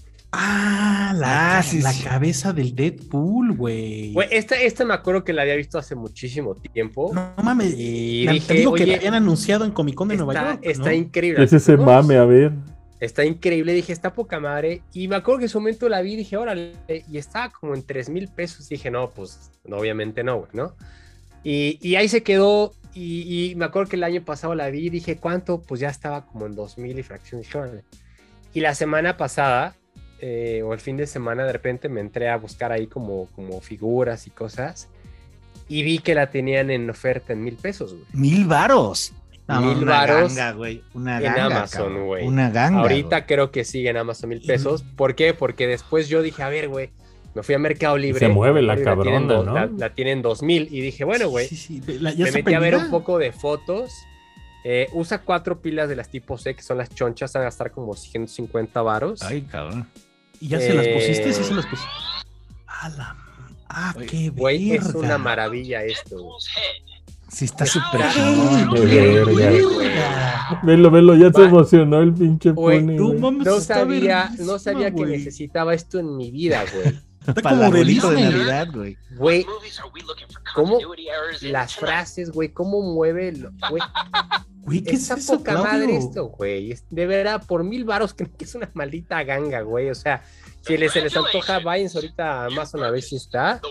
Ah, la, Ah, ca- sí, la sí. cabeza del Deadpool, güey. Güey, esta, esta me acuerdo que la había visto hace muchísimo tiempo. No mames. Y me- dije, te digo que oye, la habían anunciado en Comic Con de Nueva está, York. está ¿no? increíble. Es ese ¿no? mame, a ver. Está increíble, dije, está poca madre. Y me acuerdo que en su momento la vi, dije, órale, y estaba como en tres mil pesos. Dije, no, pues, no, obviamente no, güey, ¿no? Y, y ahí se quedó. Y, y me acuerdo que el año pasado la vi, dije, ¿cuánto? Pues ya estaba como en dos mil y fracción. Dije, órale. Y la semana pasada, eh, o el fin de semana, de repente me entré a buscar ahí como, como figuras y cosas. Y vi que la tenían en oferta en mil pesos, güey. Mil varos. No, Mil una varos ganga, güey. Una en ganga, Amazon, cabrón. güey. Una ganga. Ahorita güey. creo que sigue en Amazon mil pesos. ¿Por qué? Porque después yo dije, a ver, güey, me fui a Mercado Libre. se mueve la y tienen cabrona, do- ¿no? La, la tienen dos mil y dije, bueno, güey, Sí, sí, sí. La- ya me está metí a ver pedida. un poco de fotos. Eh, usa cuatro pilas de las tipo C, que son las chonchas, van a gastar como ciento cincuenta varos. Ay, cabrón. ¿Y ya se las Eh, pusiste? Sí, se las pusiste. Ah, la... ah qué Güey, es verga. una maravilla esto, güey. Sí, está súper Está chingón. Qué increíble, verga. güey. Velo, velo, ya se Va. emocionó el pinche Güey, pony, No güey. mames, No está sabía, verguísima, no sabía que güey. necesitaba esto en mi vida, güey. Está Para el como de arbolito de Disney. Navidad, güey. Güey, ¿cómo las frases, güey, cómo mueve, lo- güey? Güey, ¿qué es Está eso, poca Claudio? madre esto, güey. Es- De verdad, por mil varos, creo que es una maldita ganga, güey. O sea, si les, se les antoja, váyanse ahorita a Amazon a ver si está.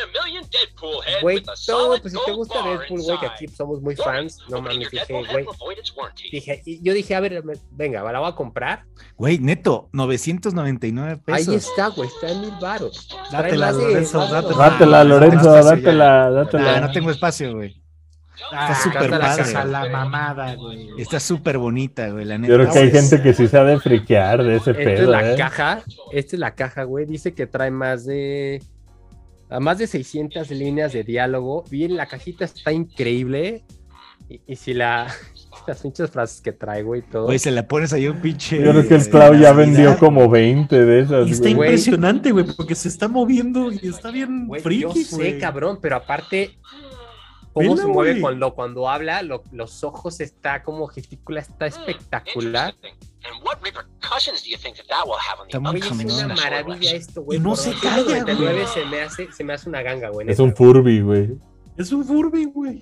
Güey, todo, pues si te gusta Deadpool, güey, que aquí somos muy fans, no mames, dije, güey. Dije, y yo dije, a ver, me- venga, la voy a comprar. Güey, neto, novecientos noventa y nueve pesos. Ahí está, güey, está en mil varos. Trae Dátela, más de- Lorenzo, más de dátela. dos- Dátela, Ah, Lorenzo, espacio ya. dátela, dátela. Ah, no tengo espacio, güey. Ah, Está súper acá la padre. casa, la mamada, güey. Está súper bonita, güey, la neta. Yo creo que hay Es- gente que sí sabe friquear de ese Esta es pedo, la ¿eh? caja, esta es la caja, güey. Dice que trae más de a más de seiscientas líneas de diálogo. Bien, la cajita está increíble. Y, y si la las pinches frases que trae, güey, todo. Güey, se la pones ahí un pinche. Yo creo que el eh, Clau ya Navidad, vendió güey. como veinte de esas, Y está güey. Güey. impresionante, güey, porque se está moviendo y está bien Güey, friki, yo sé, güey. cabrón, pero aparte cómo Vela, se mueve güey. cuando, cuando habla, lo- los ojos está como gesticula, está espectacular. Está muy Güey, es chingón. una maravilla esto, güey. Y no Por se doscientos noventa y nueve calla, se me hace, se me hace una ganga, güey. Es neta. un Furby, güey. Es un Furby, güey.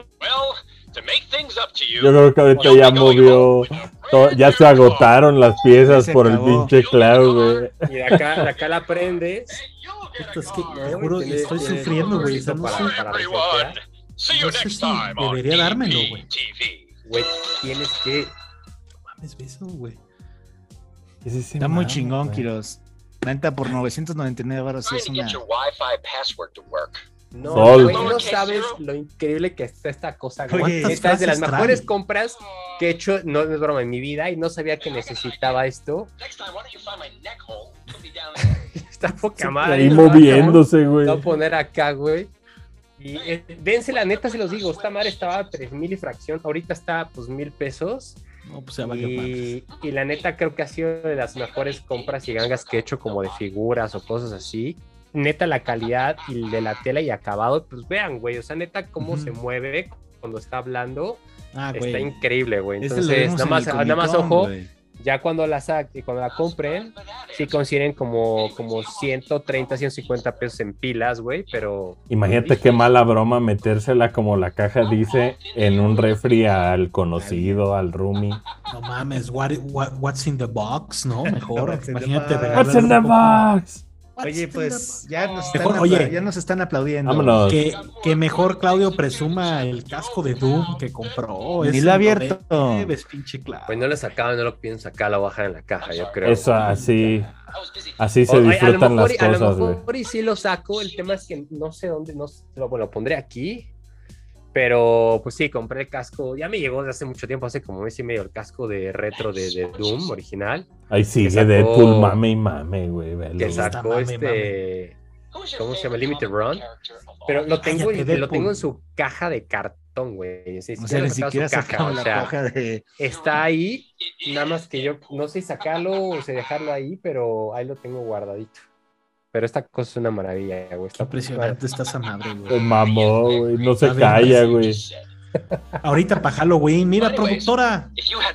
Yo creo que ahorita ya movió, to- ya se agotaron las piezas Ya se por el acabó. pinche Clau, güey. Y de acá, de acá la prendes. Esto es que, te No, juro, tiene- estoy tiene sufriendo, güey. O sea, un no para- sé, para resetear. no sé si debería dármelo, güey. Güey, tienes que. No mames, beso, güey. ¿Qué es ese Está muy mame, chingón, güey? Kiros. La neta, por novecientos noventa y nueve baros sí es una. No, Sol. güey, no sabes lo increíble que está esta cosa, güey. Oye, Esta estas es de las frases mejores traen. compras que he hecho, no es broma, en mi vida y no sabía que necesitaba esto. Está poca madre. Ahí lo voy a- moviéndose, güey. Lo voy a poner acá, güey. Y eh, dense la neta, se los digo, esta madre estaba a tres mil y fracción, ahorita está pues mil pesos. No, pues ya valió madres. Y, y la neta creo que ha sido de las mejores compras y gangas que he hecho como de figuras o cosas así. neta la calidad y de la tela y acabado, pues vean, güey, o sea, neta cómo Ujú. se mueve cuando está hablando, Ah, está güey. increíble, güey. Ese lo Entonces, vimos nada en más, el nada más Comic-Con, ojo, güey. ya cuando la saquen, cuando la compren, sí consiguen como, como ciento treinta, ciento cincuenta pesos en pilas, güey, pero... Imagínate qué mala broma metérsela como la caja dice en un refri al conocido, al roomie. No mames, what, what- what's in the box, ¿no? Mejor, What's in the imagínate box. regalar What's in un the poco- box? What's Oye, in pues the ya box? nos, están Mejor, apla- oye, ya nos están aplaudiendo. Vámonos. que, que mejor Claudio presuma el casco de Doom que compró. Ni Ese lo ha no abierto. debes, pinche Claudio. Pues no lo sacaban, no lo piensan sacar, lo bajan en la caja, yo creo. Eso así, así se O- oye, disfrutan a lo mejor, las a lo cosas, mejor güey. y sí lo saco, el tema es que no sé dónde, no sé, lo- bueno, lo pondré aquí, pero pues sí, compré el casco, ya me llegó desde hace mucho tiempo, hace como un mes y medio, el casco de retro de, de Doom original, Ahí sigue sacó- Deadpool, mame y mame, güey. velo, que güey. sacó mame, este, ¿cómo se llama? Limited Run, pero lo tengo, Cállate, en- lo Deadpool. tengo en su caja de cartón, güey, sí, sí, O sí sea, lo ni he sacado siquiera su caja, sacamos o la sea, caja de. está ahí, nada más que yo no sé sacarlo o sé dejarlo ahí, pero ahí lo tengo guardadito. Pero esta cosa es una maravilla, güey. Qué Está impresionante está esa madre, Pues güey. mamó, güey. No se A ver, calla, pues. güey. Ahorita para Halloween, mira, productora.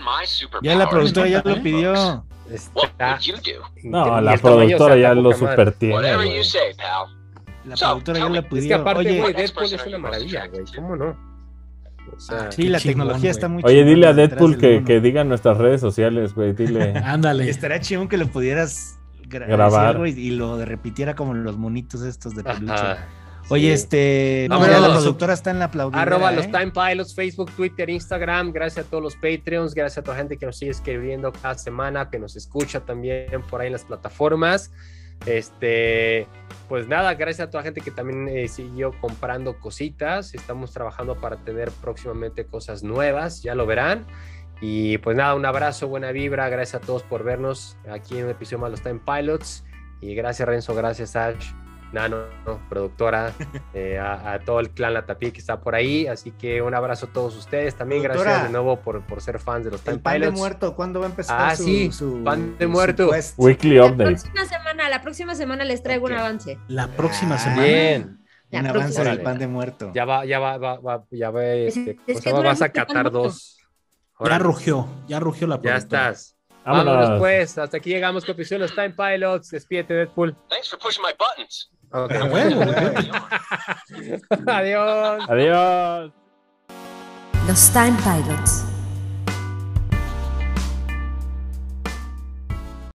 Ya la productora ya importa, lo ¿eh? pidió. Está No, y la el tamaño, o sea, productora ya está lo poca madre. super tiene, güey. La productora ya lo pidió. Es que aparte, Oye, güey, Deadpool es una maravilla, güey. ¿Cómo no? O sea, sí, la Qué chingón, tecnología está güey. muy Oye, dile a chingona detrás Deadpool del que, mono. que diga en nuestras redes sociales, güey. Dile. Ándale. Estaría chingón que lo pudieras gra- Grabar. decir algo y, y lo repitiera como los monitos estos de peluche. ajá. Oye, Sí. este. No, Vámonos. ya la productora está en la aplaudidera. Arroba los ¿eh? Time Pilots, Facebook, Twitter, Instagram. Gracias a todos los Patreons, gracias a toda la gente que nos sigue escribiendo cada semana, que nos escucha también por ahí en las plataformas. Este, pues nada, gracias a toda la gente que también eh, siguió comprando cositas. Estamos trabajando para tener próximamente cosas nuevas, ya lo verán. Y pues nada, un abrazo, buena vibra. Gracias a todos por vernos aquí en un episodio más de los Time Pilots. Y gracias Renzo, gracias Ash, Nano, ¿no? productora, eh, a, a todo el clan Latapí que está por ahí. Así que un abrazo a todos ustedes. También Productora, gracias de nuevo por, por ser fans de los Time El pan de Pilots. muerto, ¿cuándo va a empezar Ah, su, sí, su- pan de su muerto. quest? Weekly La update. próxima semana, la próxima semana les traigo Ok. un avance. La próxima Ah, semana. Bien. La Un próxima avance del semana. pan de muerto. Ya va, ya va, va, va ya va, este, Es o que sea, dura vas a mucho el pan catar muerto. dos. Ya Órale, rugió, ya rugió la ya productora. estás. Vámonos. Vámonos. pues, hasta aquí llegamos con episodio de los Time Pilots. Despídete, Deadpool. Thanks for pushing my buttons. Ok. Ah, bueno, güey. Adiós. Adiós. Los Time Pilots.